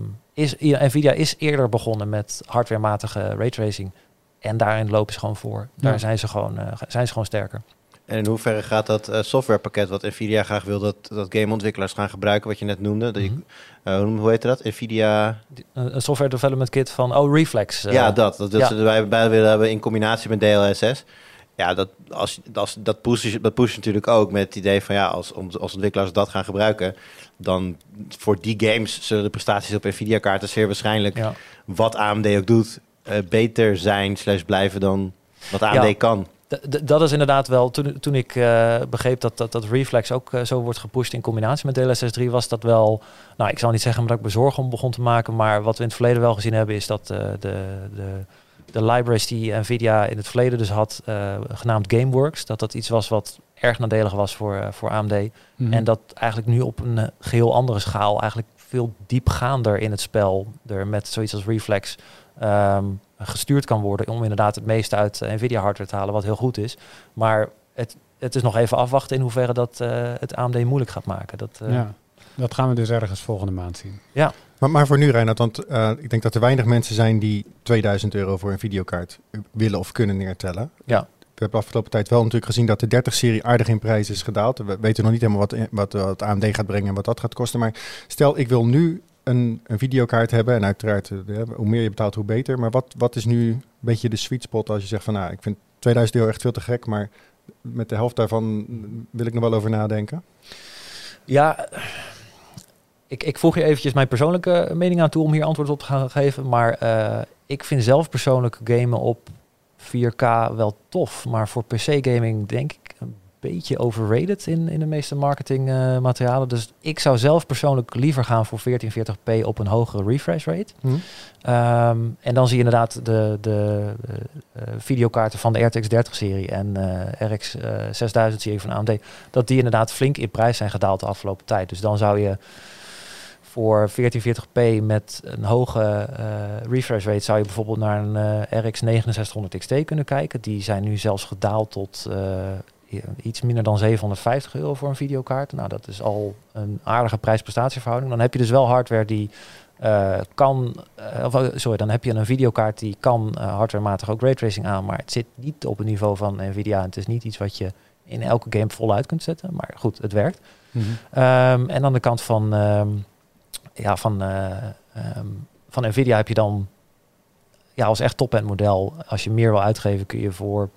is eerder begonnen met hardwarematige raytracing. En daarin lopen ze gewoon voor. Daar zijn ze gewoon sterker. En in hoeverre gaat dat softwarepakket wat Nvidia graag wil dat gameontwikkelaars gaan gebruiken, wat je net noemde? Hoe heet dat? Nvidia... Een software development kit van Reflex. Dat ze erbij bij willen hebben in combinatie met DLSS. Ja, dat pushen natuurlijk ook met het idee van als ontwikkelaars dat gaan gebruiken, dan voor die games zullen de prestaties op Nvidia-kaarten zeer waarschijnlijk wat AMD ook doet, beter zijn / blijven dan wat AMD kan. Dat is inderdaad wel, toen ik begreep dat Reflex ook zo wordt gepusht in combinatie met DLSS 3, was dat wel, nou ik zal niet zeggen dat ik me zorgen om begon te maken, maar wat we in het verleden wel gezien hebben is dat de libraries die Nvidia in het verleden dus had, genaamd Gameworks, dat iets was wat erg nadelig was voor AMD. Mm-hmm. En dat eigenlijk nu op een geheel andere schaal eigenlijk veel diepgaander in het spel er met zoiets als Reflex gestuurd kan worden om inderdaad het meeste uit Nvidia hardware te halen, wat heel goed is. Maar het is nog even afwachten in hoeverre dat het AMD moeilijk gaat maken. Dat gaan we dus ergens volgende maand zien. Ja. Maar voor nu, Reinhard, want ik denk dat er weinig mensen zijn die €2000 voor een videokaart willen of kunnen neertellen. Ja. We hebben de afgelopen tijd wel natuurlijk gezien dat de 30-serie aardig in prijs is gedaald. We weten nog niet helemaal wat AMD gaat brengen en wat dat gaat kosten. Maar stel, ik wil nu een videokaart hebben. En uiteraard, hoe meer je betaalt, hoe beter. Maar wat is nu beetje de sweet spot als je zegt van, nou, ik vind €2000 echt veel te gek, maar met de helft daarvan wil ik nog wel over nadenken? Ja, ik voeg je eventjes mijn persoonlijke mening aan toe om hier antwoord op te gaan geven. Maar ik vind zelf persoonlijk gamen op 4K wel tof. Maar voor PC-gaming denk ik een beetje overrated in de meeste marketingmaterialen. Dus ik zou zelf persoonlijk liever gaan voor 1440p op een hogere refresh rate. En dan zie je inderdaad de videokaarten van de RTX 30-serie en RX 6000-serie van AMD, dat die inderdaad flink in prijs zijn gedaald de afgelopen tijd. Dus dan zou je voor 1440p met een hoge refresh rate zou je bijvoorbeeld naar een RX 6900 XT kunnen kijken. Die zijn nu zelfs gedaald tot iets minder dan €750 voor een videokaart. Nou, dat is al een aardige prijs-prestatieverhouding. Dan heb je dus wel hardware die dan heb je een videokaart die kan hardwarematig ook raytracing aan, maar het zit niet op het niveau van Nvidia. Het is niet iets wat je in elke game voluit kunt zetten, maar goed, het werkt. En aan de kant van Nvidia heb je dan als echt top-end model, als je meer wil uitgeven, kun je voor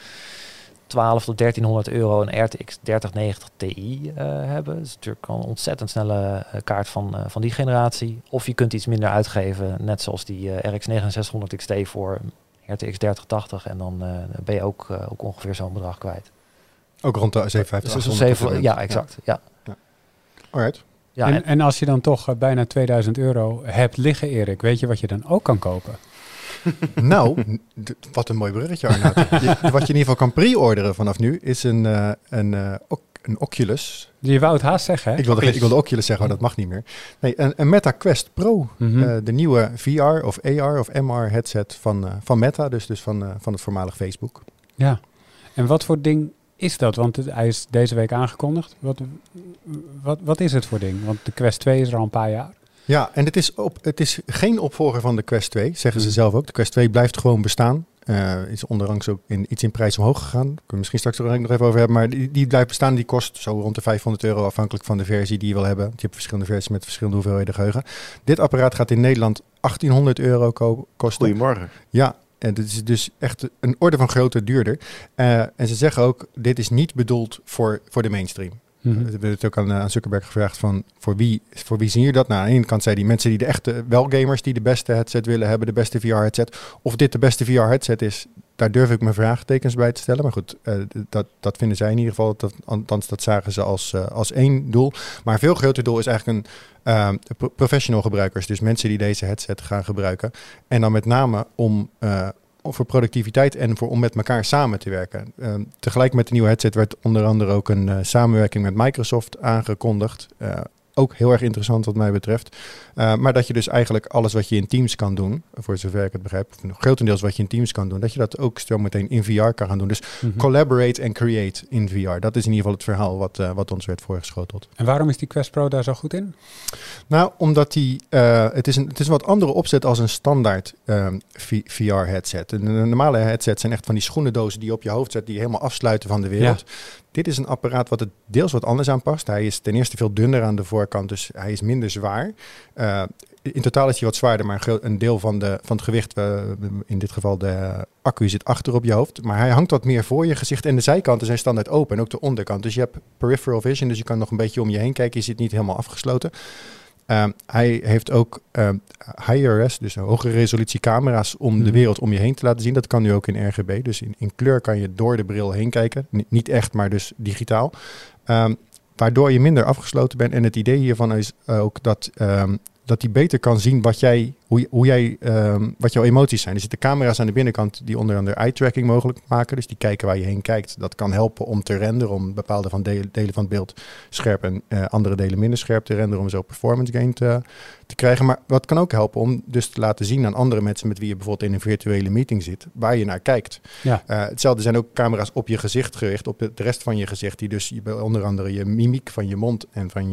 12 tot €1300 een RTX 3090 Ti hebben. Dat is natuurlijk al een ontzettend snelle kaart van die generatie. Of je kunt iets minder uitgeven, net zoals die RX 6900 XT voor RTX 3080. En dan ben je ook ongeveer zo'n bedrag kwijt. Ook rond de 750. Ja, exact. Ja. Alright. Ja, en als je dan toch bijna €2000 hebt liggen, Erik, weet je wat je dan ook kan kopen? Nou, wat een mooi bruggetje, Arnoud. Wat je in ieder geval kan pre-orderen vanaf nu is een Oculus. Je wou het haast zeggen, hè? Ik wilde Oculus zeggen, maar dat mag niet meer. Nee, een Meta Quest Pro. De nieuwe VR of AR of MR headset van Meta, dus van het voormalig Facebook. Ja, en wat voor ding is dat? Want hij is deze week aangekondigd. Wat is het voor ding? Want de Quest 2 is er al een paar jaar. Ja, en het is geen opvolger van de Quest 2, zeggen ze zelf ook. De Quest 2 blijft gewoon bestaan. Is onderlangs ook iets in prijs omhoog gegaan. Daar kunnen we misschien straks nog even over hebben. Maar die blijft bestaan. Die kost zo rond de €500 afhankelijk van de versie die je wil hebben. Je hebt verschillende versies met verschillende hoeveelheden geheugen. Dit apparaat gaat in Nederland €1800 kosten. Goedemorgen. Ja, en dit is dus echt een orde van grootte duurder. En ze zeggen ook, dit is niet bedoeld voor de mainstream. We hebben het ook aan Zuckerberg gevraagd van voor wie zien jullie dat? Nou, aan de ene kant zei die mensen die de echte gamers die de beste headset willen hebben, de beste VR-headset. Of dit de beste VR-headset is, daar durf ik mijn vraagtekens bij te stellen. Maar goed, dat vinden zij in ieder geval. Althans, dat zagen ze als één doel. Maar een veel groter doel is eigenlijk professional gebruikers. Dus mensen die deze headset gaan gebruiken. En dan met name voor productiviteit en om met elkaar samen te werken. Tegelijk met de nieuwe headset werd onder andere ook een samenwerking met Microsoft aangekondigd. Ook heel erg interessant wat mij betreft. Maar dat je dus eigenlijk alles wat je in Teams kan doen, voor zover ik het begrijp, of grotendeels wat je in Teams kan doen, dat je dat ook zo meteen in VR kan gaan doen. Dus collaborate en create in VR. Dat is in ieder geval het verhaal wat ons werd voorgeschoteld. En waarom is die Quest Pro daar zo goed in? Nou, omdat het is een wat andere opzet als een standaard VR-headset. Een normale headset zijn echt van die schoenendozen die je op je hoofd zet, die je helemaal afsluiten van de wereld. Ja. Dit is een apparaat wat het deels wat anders aanpast. Hij is ten eerste veel dunner aan de voorkant, dus hij is minder zwaar. In totaal is hij wat zwaarder, maar een deel van het gewicht, in dit geval de accu, zit achter op je hoofd. Maar hij hangt wat meer voor je gezicht en de zijkanten zijn standaard open en ook de onderkant. Dus je hebt peripheral vision, dus je kan nog een beetje om je heen kijken. Je zit niet helemaal afgesloten. Hij heeft ook high-res, dus hogere resolutie camera's om de wereld om je heen te laten zien. Dat kan nu ook in RGB, dus in kleur kan je door de bril heen kijken. Niet echt, maar dus digitaal. Waardoor je minder afgesloten bent. En het idee hiervan is ook dat hij beter kan zien wat jouw emoties zijn. Er zitten camera's aan de binnenkant die onder andere eye-tracking mogelijk maken. Dus die kijken waar je heen kijkt. Dat kan helpen om te renderen, om bepaalde delen van het beeld scherp en andere delen minder scherp te renderen, om zo performance gain te krijgen. Maar wat kan ook helpen om dus te laten zien aan andere mensen met wie je bijvoorbeeld in een virtuele meeting zit, waar je naar kijkt. Ja. Hetzelfde zijn ook camera's op je gezicht gericht, op de rest van je gezicht, die dus onder andere je mimiek van je mond en van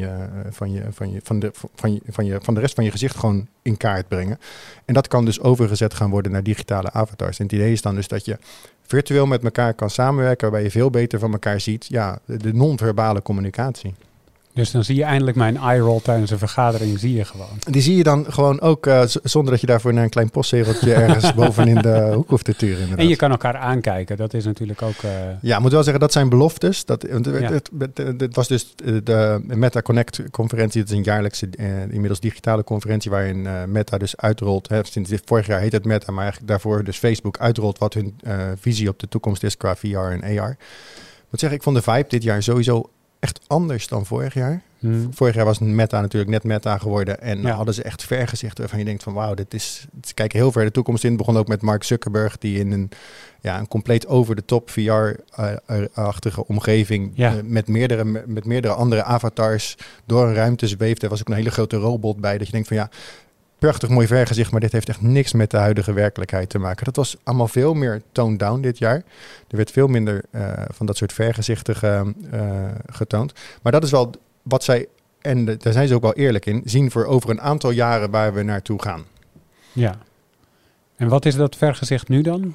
de rest van je gezicht gewoon in kaart brengen. En dat kan dus overgezet gaan worden naar digitale avatars. En het idee is dan dus dat je virtueel met elkaar kan samenwerken, waarbij je veel beter van elkaar ziet, ja, de non-verbale communicatie. Dus dan zie je eindelijk mijn eye-roll tijdens een vergadering, zie je gewoon. Die zie je dan gewoon ook zonder dat je daarvoor naar een klein postzegeltje ergens bovenin de hoek hoeft te turen. Inderdaad. En je kan elkaar aankijken, dat is natuurlijk ook... Ja, ik moet wel zeggen, dat zijn beloftes. Het was dus de Meta Connect conferentie. Dat is een jaarlijkse, inmiddels digitale conferentie waarin Meta dus uitrolt. Sinds vorig jaar heet het Meta, maar eigenlijk daarvoor dus Facebook uitrolt wat hun visie op de toekomst is qua VR en AR. Ik moet zeggen, ik vond de vibe dit jaar sowieso echt anders dan vorig jaar. Vorig jaar was Meta natuurlijk net Meta geworden. En hadden ze echt vergezichten waarvan je denkt van wauw, ze kijken heel ver de toekomst in. Het begon ook met Mark Zuckerberg die in een compleet over de top VR-achtige omgeving met meerdere andere avatars door een ruimte zweefde. Er was ook een hele grote robot bij dat je denkt van ja, prachtig mooi vergezicht, maar dit heeft echt niks met de huidige werkelijkheid te maken. Dat was allemaal veel meer toned down dit jaar. Er werd veel minder van dat soort vergezichten getoond. Maar dat is wel wat zij, en daar zijn ze ook wel eerlijk in, zien voor over een aantal jaren waar we naartoe gaan. Ja. En wat is dat vergezicht nu dan?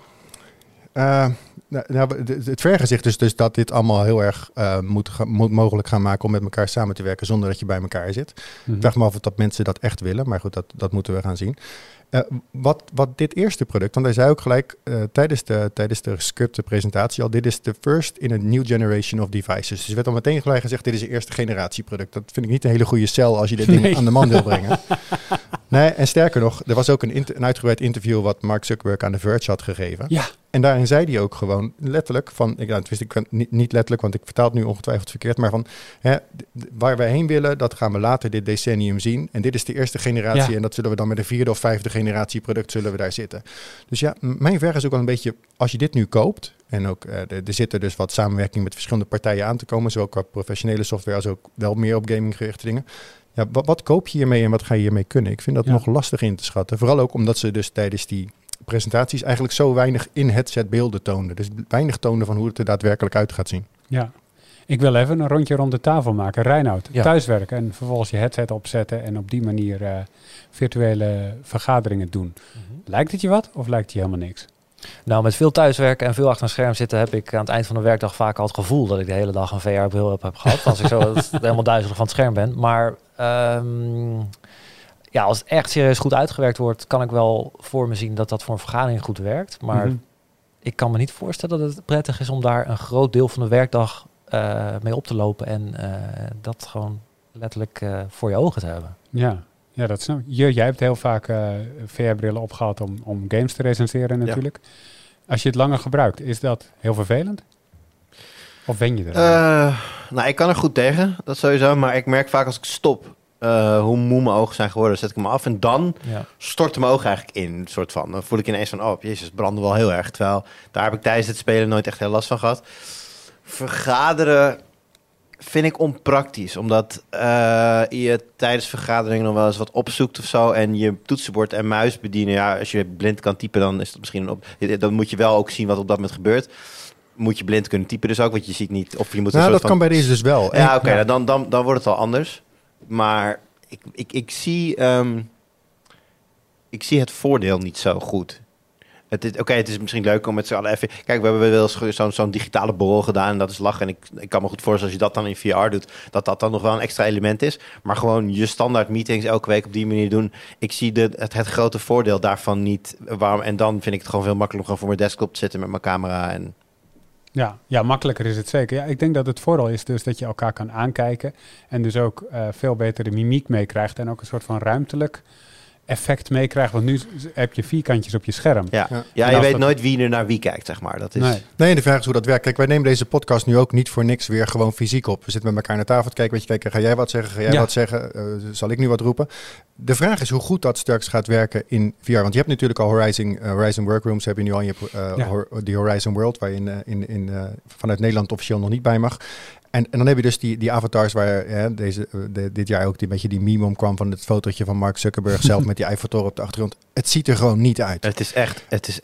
Het vergezicht is dus dat dit allemaal heel erg moet mogelijk gaan maken om met elkaar samen te werken zonder dat je bij elkaar zit. Ik vraag me af of dat mensen dat echt willen, maar goed, dat moeten we gaan zien. Wat dit eerste product, want hij zei ook gelijk tijdens de scripte presentatie al, dit is de first in a new generation of devices. Dus er werd al meteen gelijk gezegd, dit is een eerste generatie product. Dat vind ik niet een hele goede sell als je dit ding aan de man wil brengen. Nee, en sterker nog, er was ook een uitgebreid interview wat Mark Zuckerberg aan The Verge had gegeven. Ja. En daarin zei hij ook gewoon letterlijk van, niet letterlijk, want ik vertaal het nu ongetwijfeld verkeerd, maar van waar wij heen willen, dat gaan we later dit decennium zien. En dit is de eerste generatie en dat zullen we dan met de 4e of 5e generatie product zullen we daar zitten. Dus ja, mijn vraag is ook wel een beetje, als je dit nu koopt, en ook er zitten dus wat samenwerking met verschillende partijen aan te komen, zowel qua professionele software als ook wel meer op gaming gerichte dingen. Ja, wat koop je hiermee en wat ga je hiermee kunnen? Ik vind dat nog lastig in te schatten. Vooral ook omdat ze dus tijdens die presentaties eigenlijk zo weinig in-headset beelden toonden. Dus weinig toonden van hoe het er daadwerkelijk uit gaat zien. Ja, ik wil even een rondje rond de tafel maken. Reinoud, thuiswerken en vervolgens je headset opzetten en op die manier virtuele vergaderingen doen. Lijkt het je wat of lijkt het je helemaal niks? Nou, met veel thuiswerken en veel achter een scherm zitten heb ik aan het eind van de werkdag vaak al het gevoel dat ik de hele dag een VR-bril heb gehad. Als ik zo helemaal duizelig van het scherm ben. Maar als het echt serieus goed uitgewerkt wordt, kan ik wel voor me zien dat dat voor een vergadering goed werkt. Maar ik kan me niet voorstellen dat het prettig is om daar een groot deel van de werkdag mee op te lopen en dat gewoon letterlijk voor je ogen te hebben. Ja, dat snap ik. Jij hebt heel vaak VR-brillen opgehad om games te recenseren natuurlijk. Ja. Als je het langer gebruikt, is dat heel vervelend? Of wen je er? Nou, ik kan er goed tegen, dat sowieso. Maar ik merk vaak als ik stop hoe moe mijn ogen zijn geworden. Dan zet ik hem af en dan storten mijn ogen eigenlijk in. Een soort van. Dan voel ik ineens van, oh jezus, branden wel heel erg. Terwijl, daar heb ik tijdens het spelen nooit echt heel last van gehad. Vergaderen vind ik onpraktisch, omdat je tijdens vergaderingen nog wel eens wat opzoekt of zo en je toetsenbord en muis bedienen. Ja, als je blind kan typen, dan is dat misschien dan moet je wel ook zien wat op dat moment gebeurt. Moet je blind kunnen typen dus ook, want je ziet niet of je moet. Nou, dat kan bij deze dus wel. Ja, oké, dan wordt het al anders. Maar ik zie het voordeel niet zo goed. Het is misschien leuk om met z'n allen even... Kijk, we hebben wel eens zo'n digitale borrel gedaan en dat is lachen. En ik kan me goed voorstellen als je dat dan in VR doet, dat dan nog wel een extra element is. Maar gewoon je standaard meetings elke week op die manier doen. Ik zie het grote voordeel daarvan niet. En dan vind ik het gewoon veel makkelijker om gewoon voor mijn desktop te zitten met mijn camera. En Ja, makkelijker is het zeker. Ja, ik denk dat het voordeel is dus dat je elkaar kan aankijken en dus ook veel beter de mimiek meekrijgt en ook een soort van ruimtelijk effect meekrijgt, want nu heb je vierkantjes op je scherm. Ja, je weet nooit wie er naar wie kijkt, zeg maar. Dat is... Nee, de vraag is hoe dat werkt. Kijk, wij nemen deze podcast nu ook niet voor niks weer gewoon fysiek op. We zitten met elkaar naar tafel te kijken, ga jij wat zeggen, wat zeggen, zal ik nu wat roepen? De vraag is hoe goed dat straks gaat werken in VR. Want je hebt natuurlijk al Horizon Workrooms, heb je nu al in die Horizon World, waar je vanuit Nederland officieel nog niet bij mag. En dan heb je dus die avatars waar dit jaar ook een beetje die meme om kwam van het fotootje van Mark Zuckerberg zelf met die Eiffeltoren op de achtergrond. het ziet er gewoon niet uit. Het is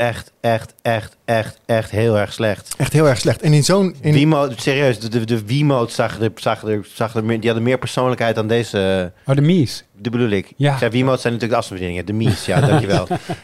echt heel erg slecht. Echt heel erg slecht. En in zo'n... Wiimote, serieus, de Wiimote zag er meer, die hadden meer persoonlijkheid dan deze... de Mies. Dat bedoel ik. Ja. Wiimotes zijn natuurlijk de afstandsbedieningen. De Mies, ja, dankjewel.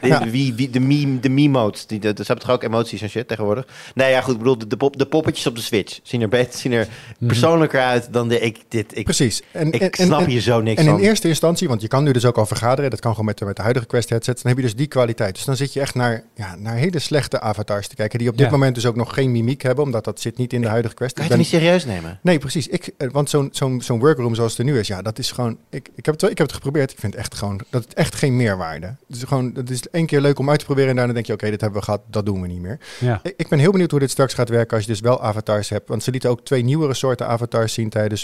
De Miimotes, ze hebben toch ook emoties en shit tegenwoordig? Nee, ja, goed, ik bedoel, de poppetjes op de Switch zien er persoonlijker uit dan Precies. Ik snap hier zo niks van. En van. in eerste instantie, want je kan nu dus ook al vergaderen, dat kan gewoon met de huidige Quest headsets, dan heb je dus die kwaliteit. Dus dan zit je echt naar hele slechte avatars te kijken, die op dit moment dus ook nog geen mimiek hebben, omdat dat zit niet in de huidige Quest. Kan je het niet serieus nemen? Nee, precies. Want zo'n workroom zoals het er nu is, ja, dat is gewoon... Ik heb het geprobeerd. Ik vind echt gewoon dat het echt geen meerwaarde. Dus gewoon, het is 1 keer leuk om uit te proberen en daarna denk je, oké, dit hebben we gehad, dat doen we niet meer. Ja. Ik ben heel benieuwd hoe dit straks gaat werken als je dus wel avatars hebt. Want ze lieten ook 2 nieuwere soorten avatars zien tijdens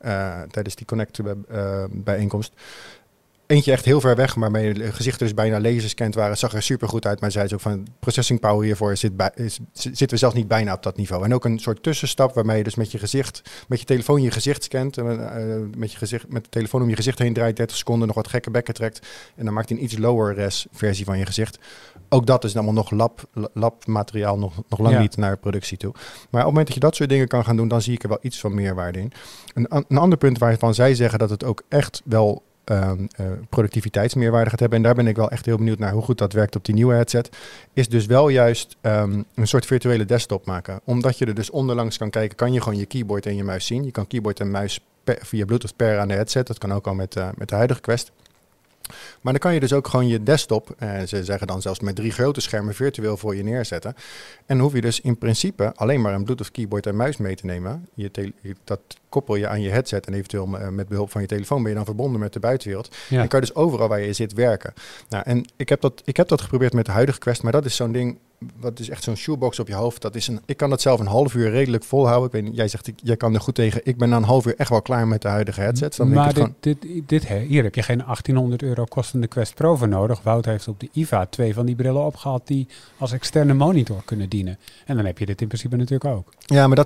die Connect bijeenkomst. Eentje echt heel ver weg, waarmee de gezichten dus bijna laserscand waren. Het zag er super goed uit, maar zei ze ook van processing power hiervoor zitten we zelfs niet bijna op dat niveau. En ook een soort tussenstap waarmee je dus met je telefoon je gezicht scant. Met de telefoon om je gezicht heen draait, 30 seconden, nog wat gekke bekken trekt. En dan maakt hij een iets lower res versie van je gezicht. Ook dat is allemaal nog labmateriaal, nog lang niet naar productie toe. Maar op het moment dat je dat soort dingen kan gaan doen, dan zie ik er wel iets van meerwaarde in. Een ander punt waarvan zij zeggen dat het ook echt wel productiviteitsmeerwaarde gaat hebben. En daar ben ik wel echt heel benieuwd naar hoe goed dat werkt op die nieuwe headset. Is dus wel juist een soort virtuele desktop maken. Omdat je er dus onderlangs kan kijken, kan je gewoon je keyboard en je muis zien. Je kan keyboard en muis via Bluetooth pairen aan de headset. Dat kan ook al met de huidige Quest. Maar dan kan je dus ook gewoon je desktop, ze zeggen dan zelfs met 3 grote schermen virtueel voor je neerzetten. En dan hoef je dus in principe alleen maar een Bluetooth keyboard en muis mee te nemen. Dat koppel je aan je headset en eventueel met behulp van je telefoon ben je dan verbonden met de buitenwereld. Ja. En kan je dus overal waar je zit werken. Nou, en ik heb dat geprobeerd met de huidige Quest, maar dat is zo'n ding, wat is echt zo'n shoebox op je hoofd. Ik kan dat zelf een half uur redelijk volhouden. Ik weet niet, jij zegt, jij kan er goed tegen. Ik ben na een half uur echt wel klaar met de huidige headsets. Dan maar hier heb je geen €1800 kostende Quest Pro voor nodig. Wout heeft op de IFA 2 van die brillen opgehaald die als externe monitor kunnen dienen. En dan heb je dit in principe natuurlijk ook. Ja, maar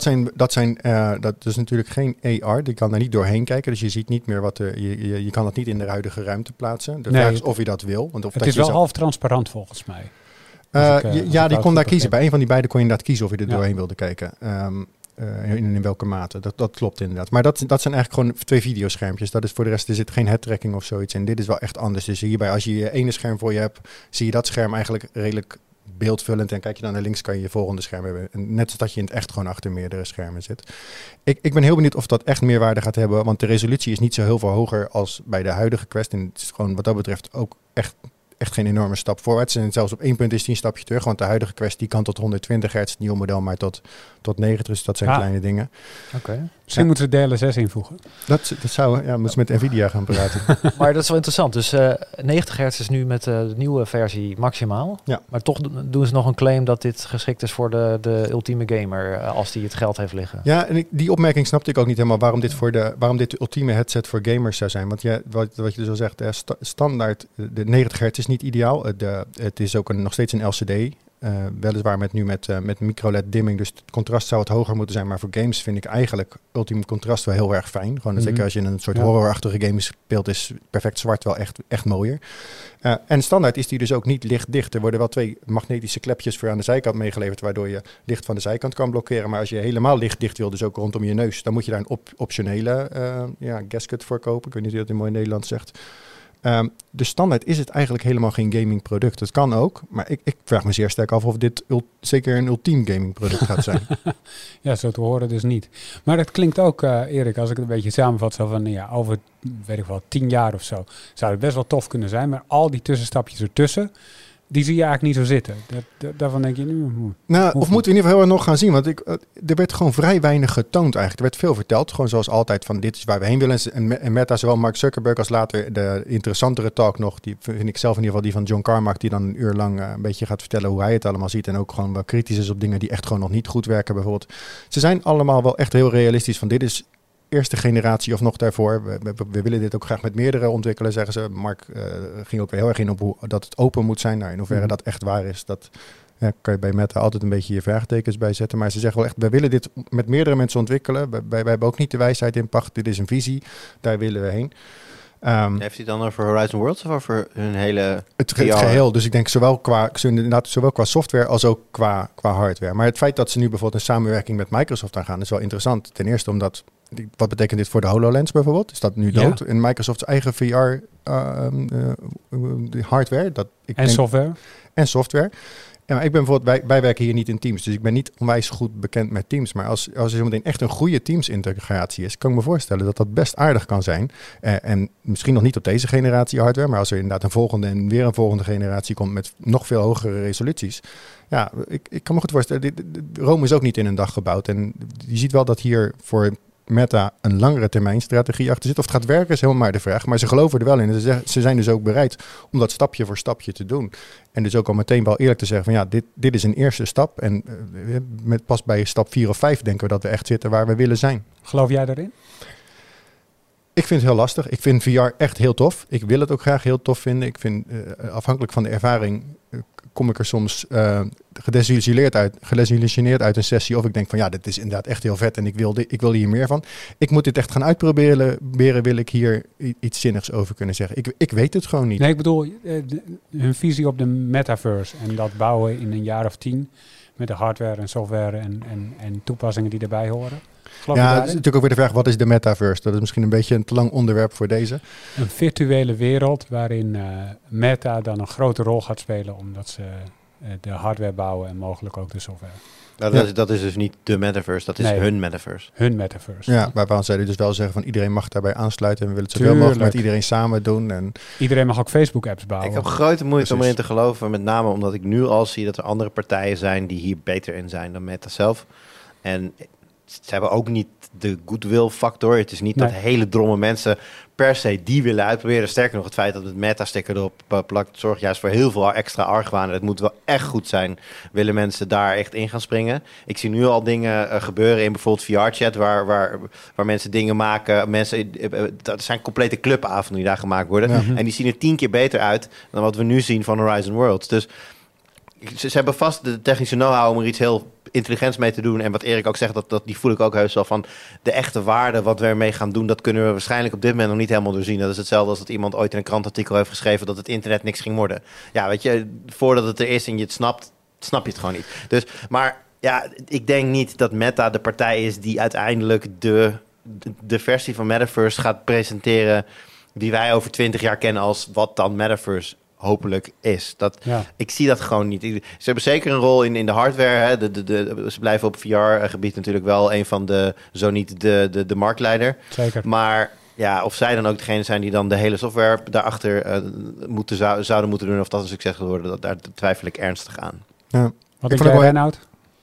dat is natuurlijk geen AR. Die kan daar niet doorheen kijken. Dus je ziet niet meer je kan het niet in de huidige ruimte plaatsen. De vraag is of je dat wil. Want het is wel half transparant volgens mij. Die kon daar kiezen. Bij een van die beide kon je inderdaad kiezen of je er doorheen wilde kijken. In welke mate. Dat klopt inderdaad. Maar dat zijn eigenlijk gewoon 2 videoschermpjes. Dat is voor de rest, er zit geen headtracking of zoiets in. Dit is wel echt anders. Dus hierbij, als je je ene scherm voor je hebt, zie je dat scherm eigenlijk redelijk beeldvullend. En kijk je dan naar links, kan je je volgende scherm hebben. En net zoals dat je in het echt gewoon achter meerdere schermen zit. Ik ben heel benieuwd of dat echt meerwaarde gaat hebben. Want de resolutie is niet zo heel veel hoger als bij de huidige Quest. En het is gewoon wat dat betreft ook echt geen enorme stap voorwaarts. En zelfs op 1 punt is die een stapje terug. Want de huidige Quest die kan tot 120 hertz, het nieuwe model maar tot 90. Dus dat zijn kleine dingen. Oké. Misschien moeten ze DLSS invoegen. Dat zou, moeten ze met Nvidia gaan praten. Maar dat is wel interessant. Dus 90 hertz is nu met de nieuwe versie maximaal. Ja. Maar toch doen ze nog een claim dat dit geschikt is voor de ultieme gamer als die het geld heeft liggen. Ja, en die opmerking snapte ik ook niet helemaal waarom dit de ultieme headset voor gamers zou zijn. Want wat je dus al zegt, standaard de 90 hertz is niet ideaal. Het is ook nog steeds een LCD. Weliswaar met micro-LED dimming, dus het contrast zou wat hoger moeten zijn. Maar voor games vind ik eigenlijk ultiem contrast wel heel erg fijn. Gewoon zeker als je een soort horrorachtige game speelt, is perfect zwart wel echt mooier. En standaard is die dus ook niet lichtdicht. Er worden wel 2 magnetische klepjes voor aan de zijkant meegeleverd, waardoor je licht van de zijkant kan blokkeren. Maar als je helemaal lichtdicht wil, dus ook rondom je neus, dan moet je daar een optionele gasket voor kopen. Ik weet niet hoe dat in mooi Nederlands zegt. Dus standaard is het eigenlijk helemaal geen gaming product. Het kan ook, maar ik vraag me zeer sterk af of dit zeker een ultiem gaming product gaat zijn. Ja, zo te horen dus niet. Maar het klinkt ook, Erik, als ik het een beetje samenvat, zo van over, weet ik wel, 10 jaar of zo, zou het best wel tof kunnen zijn. Maar al die tussenstapjes ertussen, die zie je eigenlijk niet zo zitten. Daarvan denk je nu... Of moeten we in ieder geval nog gaan zien. Want er werd gewoon vrij weinig getoond eigenlijk. Er werd veel verteld. Gewoon zoals altijd van dit is waar we heen willen. En Meta, zowel Mark Zuckerberg als later de interessantere talk nog. Die vind ik zelf in ieder geval die van John Carmack. Die dan een uur lang een beetje gaat vertellen hoe hij het allemaal ziet. En ook gewoon wel kritisch is op dingen die echt gewoon nog niet goed werken bijvoorbeeld. Ze zijn allemaal wel echt heel realistisch van dit is eerste generatie of nog daarvoor. We willen dit ook graag met meerdere ontwikkelen, zeggen ze. Mark ging ook weer heel erg in op dat het open moet zijn. Nou, in hoeverre dat echt waar is, dat kan je bij Meta altijd een beetje je vraagtekens bij zetten. Maar ze zeggen wel echt, we willen dit met meerdere mensen ontwikkelen. Wij hebben ook niet de wijsheid in pacht. Dit is een visie, daar willen we heen. Heeft hij dan over Horizon Worlds of over hun hele Het geheel. Dus ik denk zowel qua software als ook qua hardware. Maar het feit dat ze nu bijvoorbeeld een samenwerking met Microsoft aangaan is wel interessant. Ten eerste omdat, wat betekent dit voor de HoloLens bijvoorbeeld? Is dat nu dood in Microsoft's eigen VR hardware? Software? En software. Ja, maar ik ben bijvoorbeeld, wij werken hier niet in Teams, dus ik ben niet onwijs goed bekend met Teams. Maar als er zometeen echt een goede Teams-integratie is, kan ik me voorstellen dat dat best aardig kan zijn. En misschien nog niet op deze generatie hardware, maar als er inderdaad een volgende en weer een volgende generatie komt met nog veel hogere resoluties. Ja, ik kan me goed voorstellen, Rome is ook niet in een dag gebouwd. En je ziet wel dat hier voor Meta een langere termijn strategie achter zit. Of het gaat werken is helemaal maar de vraag. Maar ze geloven er wel in. Ze zijn dus ook bereid om dat stapje voor stapje te doen. En dus ook al meteen wel eerlijk te zeggen van ja, dit is een eerste stap. En pas bij stap 4 of 5 denken we dat we echt zitten waar we willen zijn. Geloof jij daarin? Ik vind het heel lastig. Ik vind VR echt heel tof. Ik wil het ook graag heel tof vinden. Ik vind afhankelijk van de ervaring kom ik er soms gedesillusioneerd uit een sessie. Of ik denk van ja, dit is inderdaad echt heel vet en ik wil hier meer van. Ik moet dit echt gaan uitproberen. Wil ik hier iets zinnigs over kunnen zeggen. Ik weet het gewoon niet. Nee, ik bedoel hun visie op de metaverse en dat bouwen in een jaar of 10 met de hardware en software en toepassingen die erbij horen. Ja, het is natuurlijk ook weer de vraag, wat is de metaverse? Dat is misschien een beetje een te lang onderwerp voor deze. Een virtuele wereld waarin Meta dan een grote rol gaat spelen omdat ze de hardware bouwen en mogelijk ook de software. Dat is dus niet de metaverse, dat is hun metaverse. Hun metaverse. Ja, waarvan zij dus wel zeggen van iedereen mag daarbij aansluiten en we willen het zoveel mogelijk met iedereen samen doen. En iedereen mag ook Facebook-apps bouwen. Ik heb grote moeite om erin te geloven, met name omdat ik nu al zie dat er andere partijen zijn die hier beter in zijn dan Meta zelf. En ze hebben ook niet de goodwill factor. Het is niet dat hele dromme mensen per se die willen uitproberen. Sterker nog, het feit dat het meta-sticker erop plakt zorgt juist voor heel veel extra argwaan. Het moet wel echt goed zijn. Willen mensen daar echt in gaan springen? Ik zie nu al dingen gebeuren in bijvoorbeeld VR-chat waar mensen dingen maken. Dat zijn complete clubavonden die daar gemaakt worden. Ja. En die zien er 10 keer beter uit dan wat we nu zien van Horizon Worlds. Dus ze hebben vast de technische know-how om er iets heel intelligents mee te doen. En wat Erik ook zegt, die voel ik ook heus wel van de echte waarde wat we ermee gaan doen. Dat kunnen we waarschijnlijk op dit moment nog niet helemaal doorzien. Dat is hetzelfde als dat iemand ooit in een krantartikel heeft geschreven dat het internet niks ging worden. Ja, weet je, voordat het er is en je het snapt, snap je het gewoon niet. Dus, maar ja, ik denk niet dat Meta de partij is die uiteindelijk de versie van Metaverse gaat presenteren die wij over 20 jaar kennen als wat dan Metaverse hopelijk is. Ik zie dat gewoon niet. Ze hebben zeker een rol in de hardware. Hè. Ze blijven op VR-gebied natuurlijk wel een van de, zo niet de marktleider. Zeker. Maar ja, of zij dan ook degene zijn die dan de hele software daarachter zouden moeten doen, of dat een succes gaat worden, daar twijfel ik ernstig aan. Ja. Wat denk jij, Reinoud?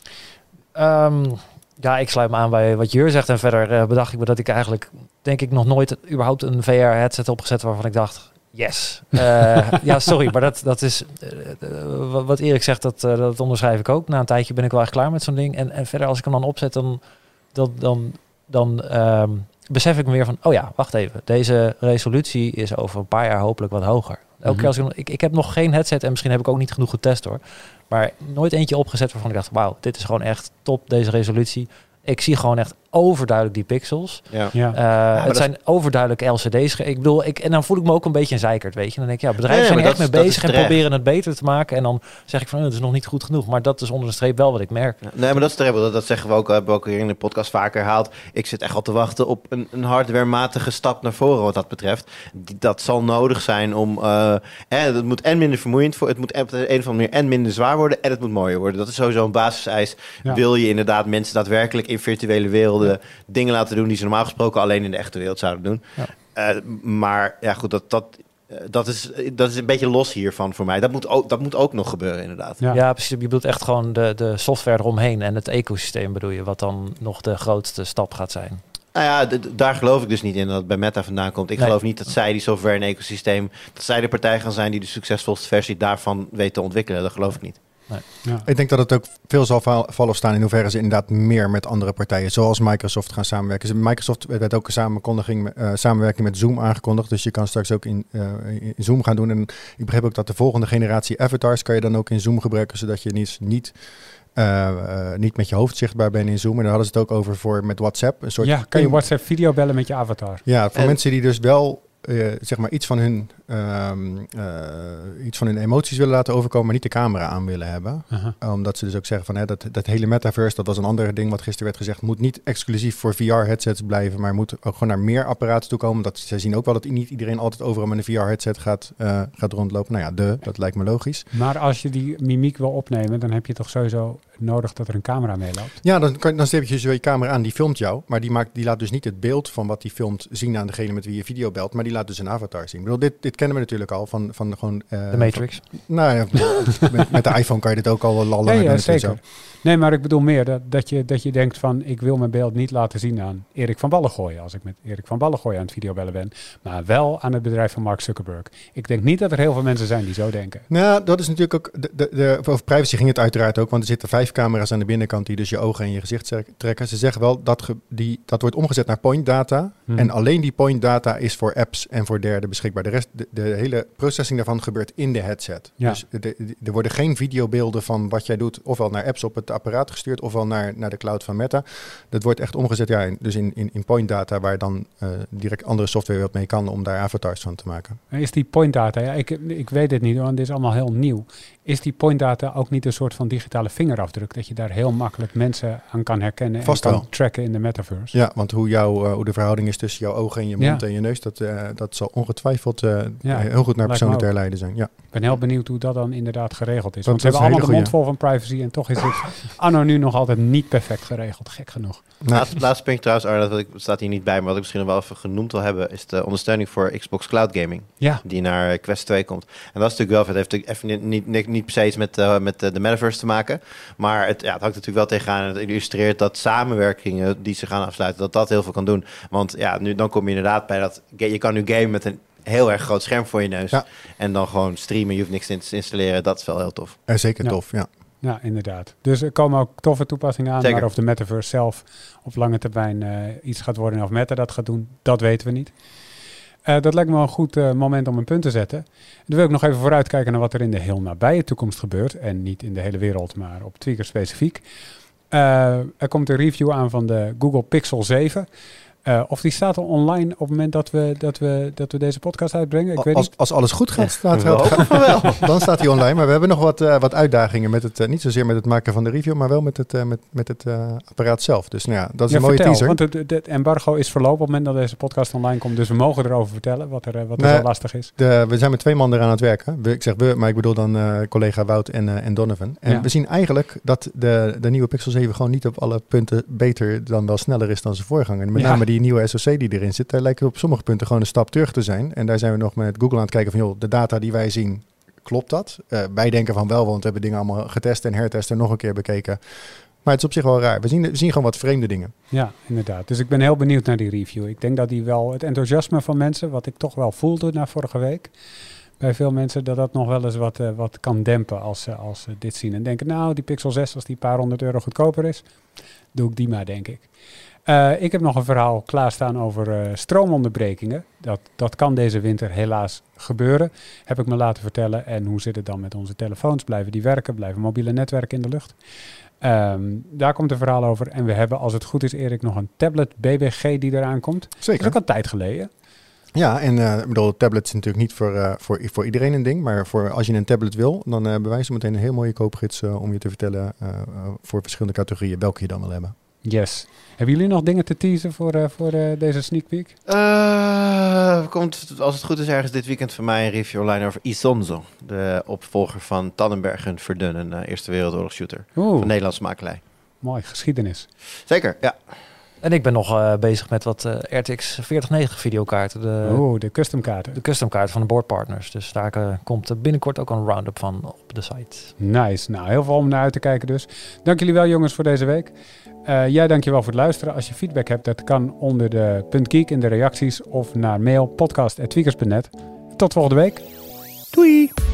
Ja, ik sluit me aan bij wat Jur zegt. En verder bedacht ik me dat ik eigenlijk, denk ik, nog nooit überhaupt een VR-headset opgezet waarvan ik dacht, yes. Ja, sorry, maar dat is wat Erik zegt, dat onderschrijf ik ook. Na een tijdje ben ik wel echt klaar met zo'n ding. En verder, als ik hem dan opzet, dan besef ik me weer van, oh ja, wacht even. Deze resolutie is over een paar jaar hopelijk wat hoger. Elke keer als ik heb nog geen headset en misschien heb ik ook niet genoeg getest hoor. Maar nooit eentje opgezet waarvan ik dacht, wauw, dit is gewoon echt top, deze resolutie. Ik zie gewoon echt overduidelijk die pixels. Ja. Het zijn overduidelijk LCD's. Ik bedoel, en dan voel ik me ook een beetje een zeikert, weet je. Dan denk ik, ja, bedrijven zijn er echt mee bezig en proberen het beter te maken. En dan zeg ik van, het is nog niet goed genoeg. Maar dat is onder de streep wel wat ik merk. Ja, nee, maar dat is terecht. Dat zeggen we ook, hebben we ook hier in de podcast vaker herhaald. Ik zit echt al te wachten op een hardwarematige stap naar voren wat dat betreft. Dat zal nodig zijn om... het moet en minder vermoeiend voor. Het moet op de een of andere manier en minder zwaar worden. En het moet mooier worden. Dat is sowieso een basiseis. Ja. Wil je inderdaad mensen daadwerkelijk in virtuele werelden dingen laten doen die ze normaal gesproken alleen in de echte wereld zouden doen. Ja. Maar ja, goed, dat is een beetje los hiervan voor mij. Dat moet ook nog gebeuren, inderdaad. Ja, precies. Je bedoelt echt gewoon de software eromheen en het ecosysteem bedoel je, wat dan nog de grootste stap gaat zijn. Nou ja, daar geloof ik dus niet in dat het bij Meta vandaan komt. Ik geloof niet dat zij die software en ecosysteem, dat zij de partij gaan zijn die de succesvolste versie daarvan weet te ontwikkelen. Dat geloof ik niet. Nee. Ja. Ik denk dat het ook veel zal vallen of staan in hoeverre ze inderdaad meer met andere partijen, zoals Microsoft, gaan samenwerken. Microsoft werd ook een samenwerking met Zoom aangekondigd, dus je kan straks ook in Zoom gaan doen. En ik begreep ook dat de volgende generatie avatars kan je dan ook in Zoom gebruiken, zodat je niet met je hoofd zichtbaar bent in Zoom. En daar hadden ze het ook over met WhatsApp. Kan je WhatsApp video bellen met je avatar? Ja, voor mensen die dus wel zeg maar iets van hun emoties willen laten overkomen, maar niet de camera aan willen hebben. Omdat ze dus ook zeggen van dat hele metaverse, dat was een ander ding wat gisteren werd gezegd, moet niet exclusief voor VR-headsets blijven, maar moet ook gewoon naar meer apparaten toe komen. Omdat ze zien ook wel dat niet iedereen altijd overal met een VR-headset gaat rondlopen. Nou ja, dat lijkt me logisch. Maar als je die mimiek wil opnemen, dan heb je toch sowieso nodig dat er een camera meeloopt? Ja, dan zet je zo je camera aan, die filmt jou, maar die laat dus niet het beeld van wat die filmt zien aan degene met wie je video belt, maar die laat dus een avatar zien. Ik bedoel, dit kennen we natuurlijk al van gewoon... de Matrix. Nou ja, met de iPhone kan je dit ook al lallen. Ja, zeker. Nee, maar ik bedoel meer dat je denkt van, ik wil mijn beeld niet laten zien aan Erik van Ballengooien, als ik met Erik van Ballengooien aan het videobellen ben, maar wel aan het bedrijf van Mark Zuckerberg. Ik denk niet dat er heel veel mensen zijn die zo denken. Nou, dat is natuurlijk ook... Over privacy ging het uiteraard ook, want er zitten 5 camera's aan de binnenkant die dus je ogen en je gezicht trekken. Ze zeggen wel dat wordt omgezet naar point data. En alleen die point data is voor apps en voor derden beschikbaar. De rest, de hele processing daarvan gebeurt in de headset. Ja. Dus er worden geen videobeelden van wat jij doet, ofwel naar apps op het apparaat gestuurd, ofwel naar de cloud van Meta. Dat wordt echt omgezet in point data, waar dan direct andere software wat mee kan om daar avatars van te maken. Is die point data, ik weet het niet, want dit is allemaal heel nieuw. Is die point data ook niet een soort van digitale vingerafdruk, dat je daar heel makkelijk mensen aan kan herkennen Vast en kan wel tracken in de metaverse? Ja, want hoe de verhouding is tussen jouw ogen en je mond en je neus, dat zal ongetwijfeld heel goed naar personen te herleiden zijn. Ja. Ik ben heel benieuwd hoe dat dan inderdaad geregeld is. Want ze hebben allemaal de mond vol van privacy en toch is het anno nu nog altijd niet perfect geregeld. Gek genoeg. Laatste puntje trouwens, Arne, dat staat hier niet bij, maar wat ik misschien nog wel even genoemd wil hebben, is de ondersteuning voor Xbox Cloud Gaming. Ja. Die naar Quest 2 komt. En dat is natuurlijk wel vet. Het heeft natuurlijk even niet precies met de metaverse te maken. Maar het hangt natuurlijk wel tegenaan. En het illustreert dat samenwerkingen die ze gaan afsluiten, dat heel veel kan doen. Want dan kom je inderdaad bij dat je kan nu gamen met een heel erg groot scherm voor je neus. Ja. En dan gewoon streamen. Je hoeft niks te installeren. Dat is wel heel tof. Zeker tof, ja. Ja, inderdaad. Dus er komen ook toffe toepassingen aan. Zeker. Maar of de metaverse zelf op lange termijn iets gaat worden en of Meta dat gaat doen, dat weten we niet. Dat lijkt me een goed moment om een punt te zetten. Dan wil ik nog even vooruitkijken naar wat er in de heel nabije toekomst gebeurt. En niet in de hele wereld, maar op Tweakers specifiek. Er komt een review aan van de Google Pixel 7. Of die staat al online op het moment dat we deze podcast uitbrengen? Ik weet niet. Als alles goed gaat, dan staat hij online. Maar we hebben nog wat uitdagingen met het, niet zozeer met het maken van de review, maar wel met het apparaat zelf. Dus dat is een mooie teaser. Want het embargo is verlopen op het moment dat deze podcast online komt. Dus we mogen erover vertellen wat er zo lastig is. We zijn met 2 man eraan het werken. Ik zeg we, maar ik bedoel dan collega Wout en Donovan. En we zien eigenlijk dat de nieuwe Pixel 7 gewoon niet op alle punten beter dan wel sneller is dan zijn voorganger. Met name die nieuwe SoC die erin zit, daar lijkt op sommige punten gewoon een stap terug te zijn. En daar zijn we nog met Google aan het kijken van, de data die wij zien, klopt dat? Wij denken van wel, want we hebben dingen allemaal getest en hertest en nog een keer bekeken. Maar het is op zich wel raar. We zien gewoon wat vreemde dingen. Ja, inderdaad. Dus ik ben heel benieuwd naar die review. Ik denk dat die wel het enthousiasme van mensen, wat ik toch wel voelde na vorige week, bij veel mensen, dat nog wel eens wat kan dempen als ze dit zien. En denken, die Pixel 6, als die een paar €100 goedkoper is, doe ik die maar, denk ik. Ik heb nog een verhaal klaarstaan over stroomonderbrekingen. Dat kan deze winter helaas gebeuren, heb ik me laten vertellen. En hoe zit het dan met onze telefoons? Blijven die werken? Blijven mobiele netwerken in de lucht? Daar komt een verhaal over. En we hebben, als het goed is, Erik, nog een tablet BBG die eraan komt. Zeker. Dat is ook een tijd geleden. Ja, en tablet is natuurlijk niet voor iedereen een ding. Maar als je een tablet wil, dan hebben wij zo meteen een heel mooie koopgids om je te vertellen voor verschillende categorieën welke je dan wil hebben. Yes. Hebben jullie nog dingen te teasen voor deze sneak peek? Komt, als het goed is, ergens dit weekend van mij een review online over Isonzo. De opvolger van Tannenberg en Verdun, een Eerste Wereldoorlog shooter. Van Nederlandse makelij. Mooi, geschiedenis. Zeker, ja. En ik ben nog bezig met wat RTX 4090 videokaarten. De customkaarten. De customkaarten van de boardpartners. Dus daar komt binnenkort ook een round-up van op de site. Nice. Nou, heel veel om naar uit te kijken dus. Dank jullie wel, jongens, voor deze week. Jij dankjewel voor het luisteren. Als je feedback hebt, dat kan onder de .geek in de reacties of naar mail podcast@tweakers.net. Tot volgende week. Doei!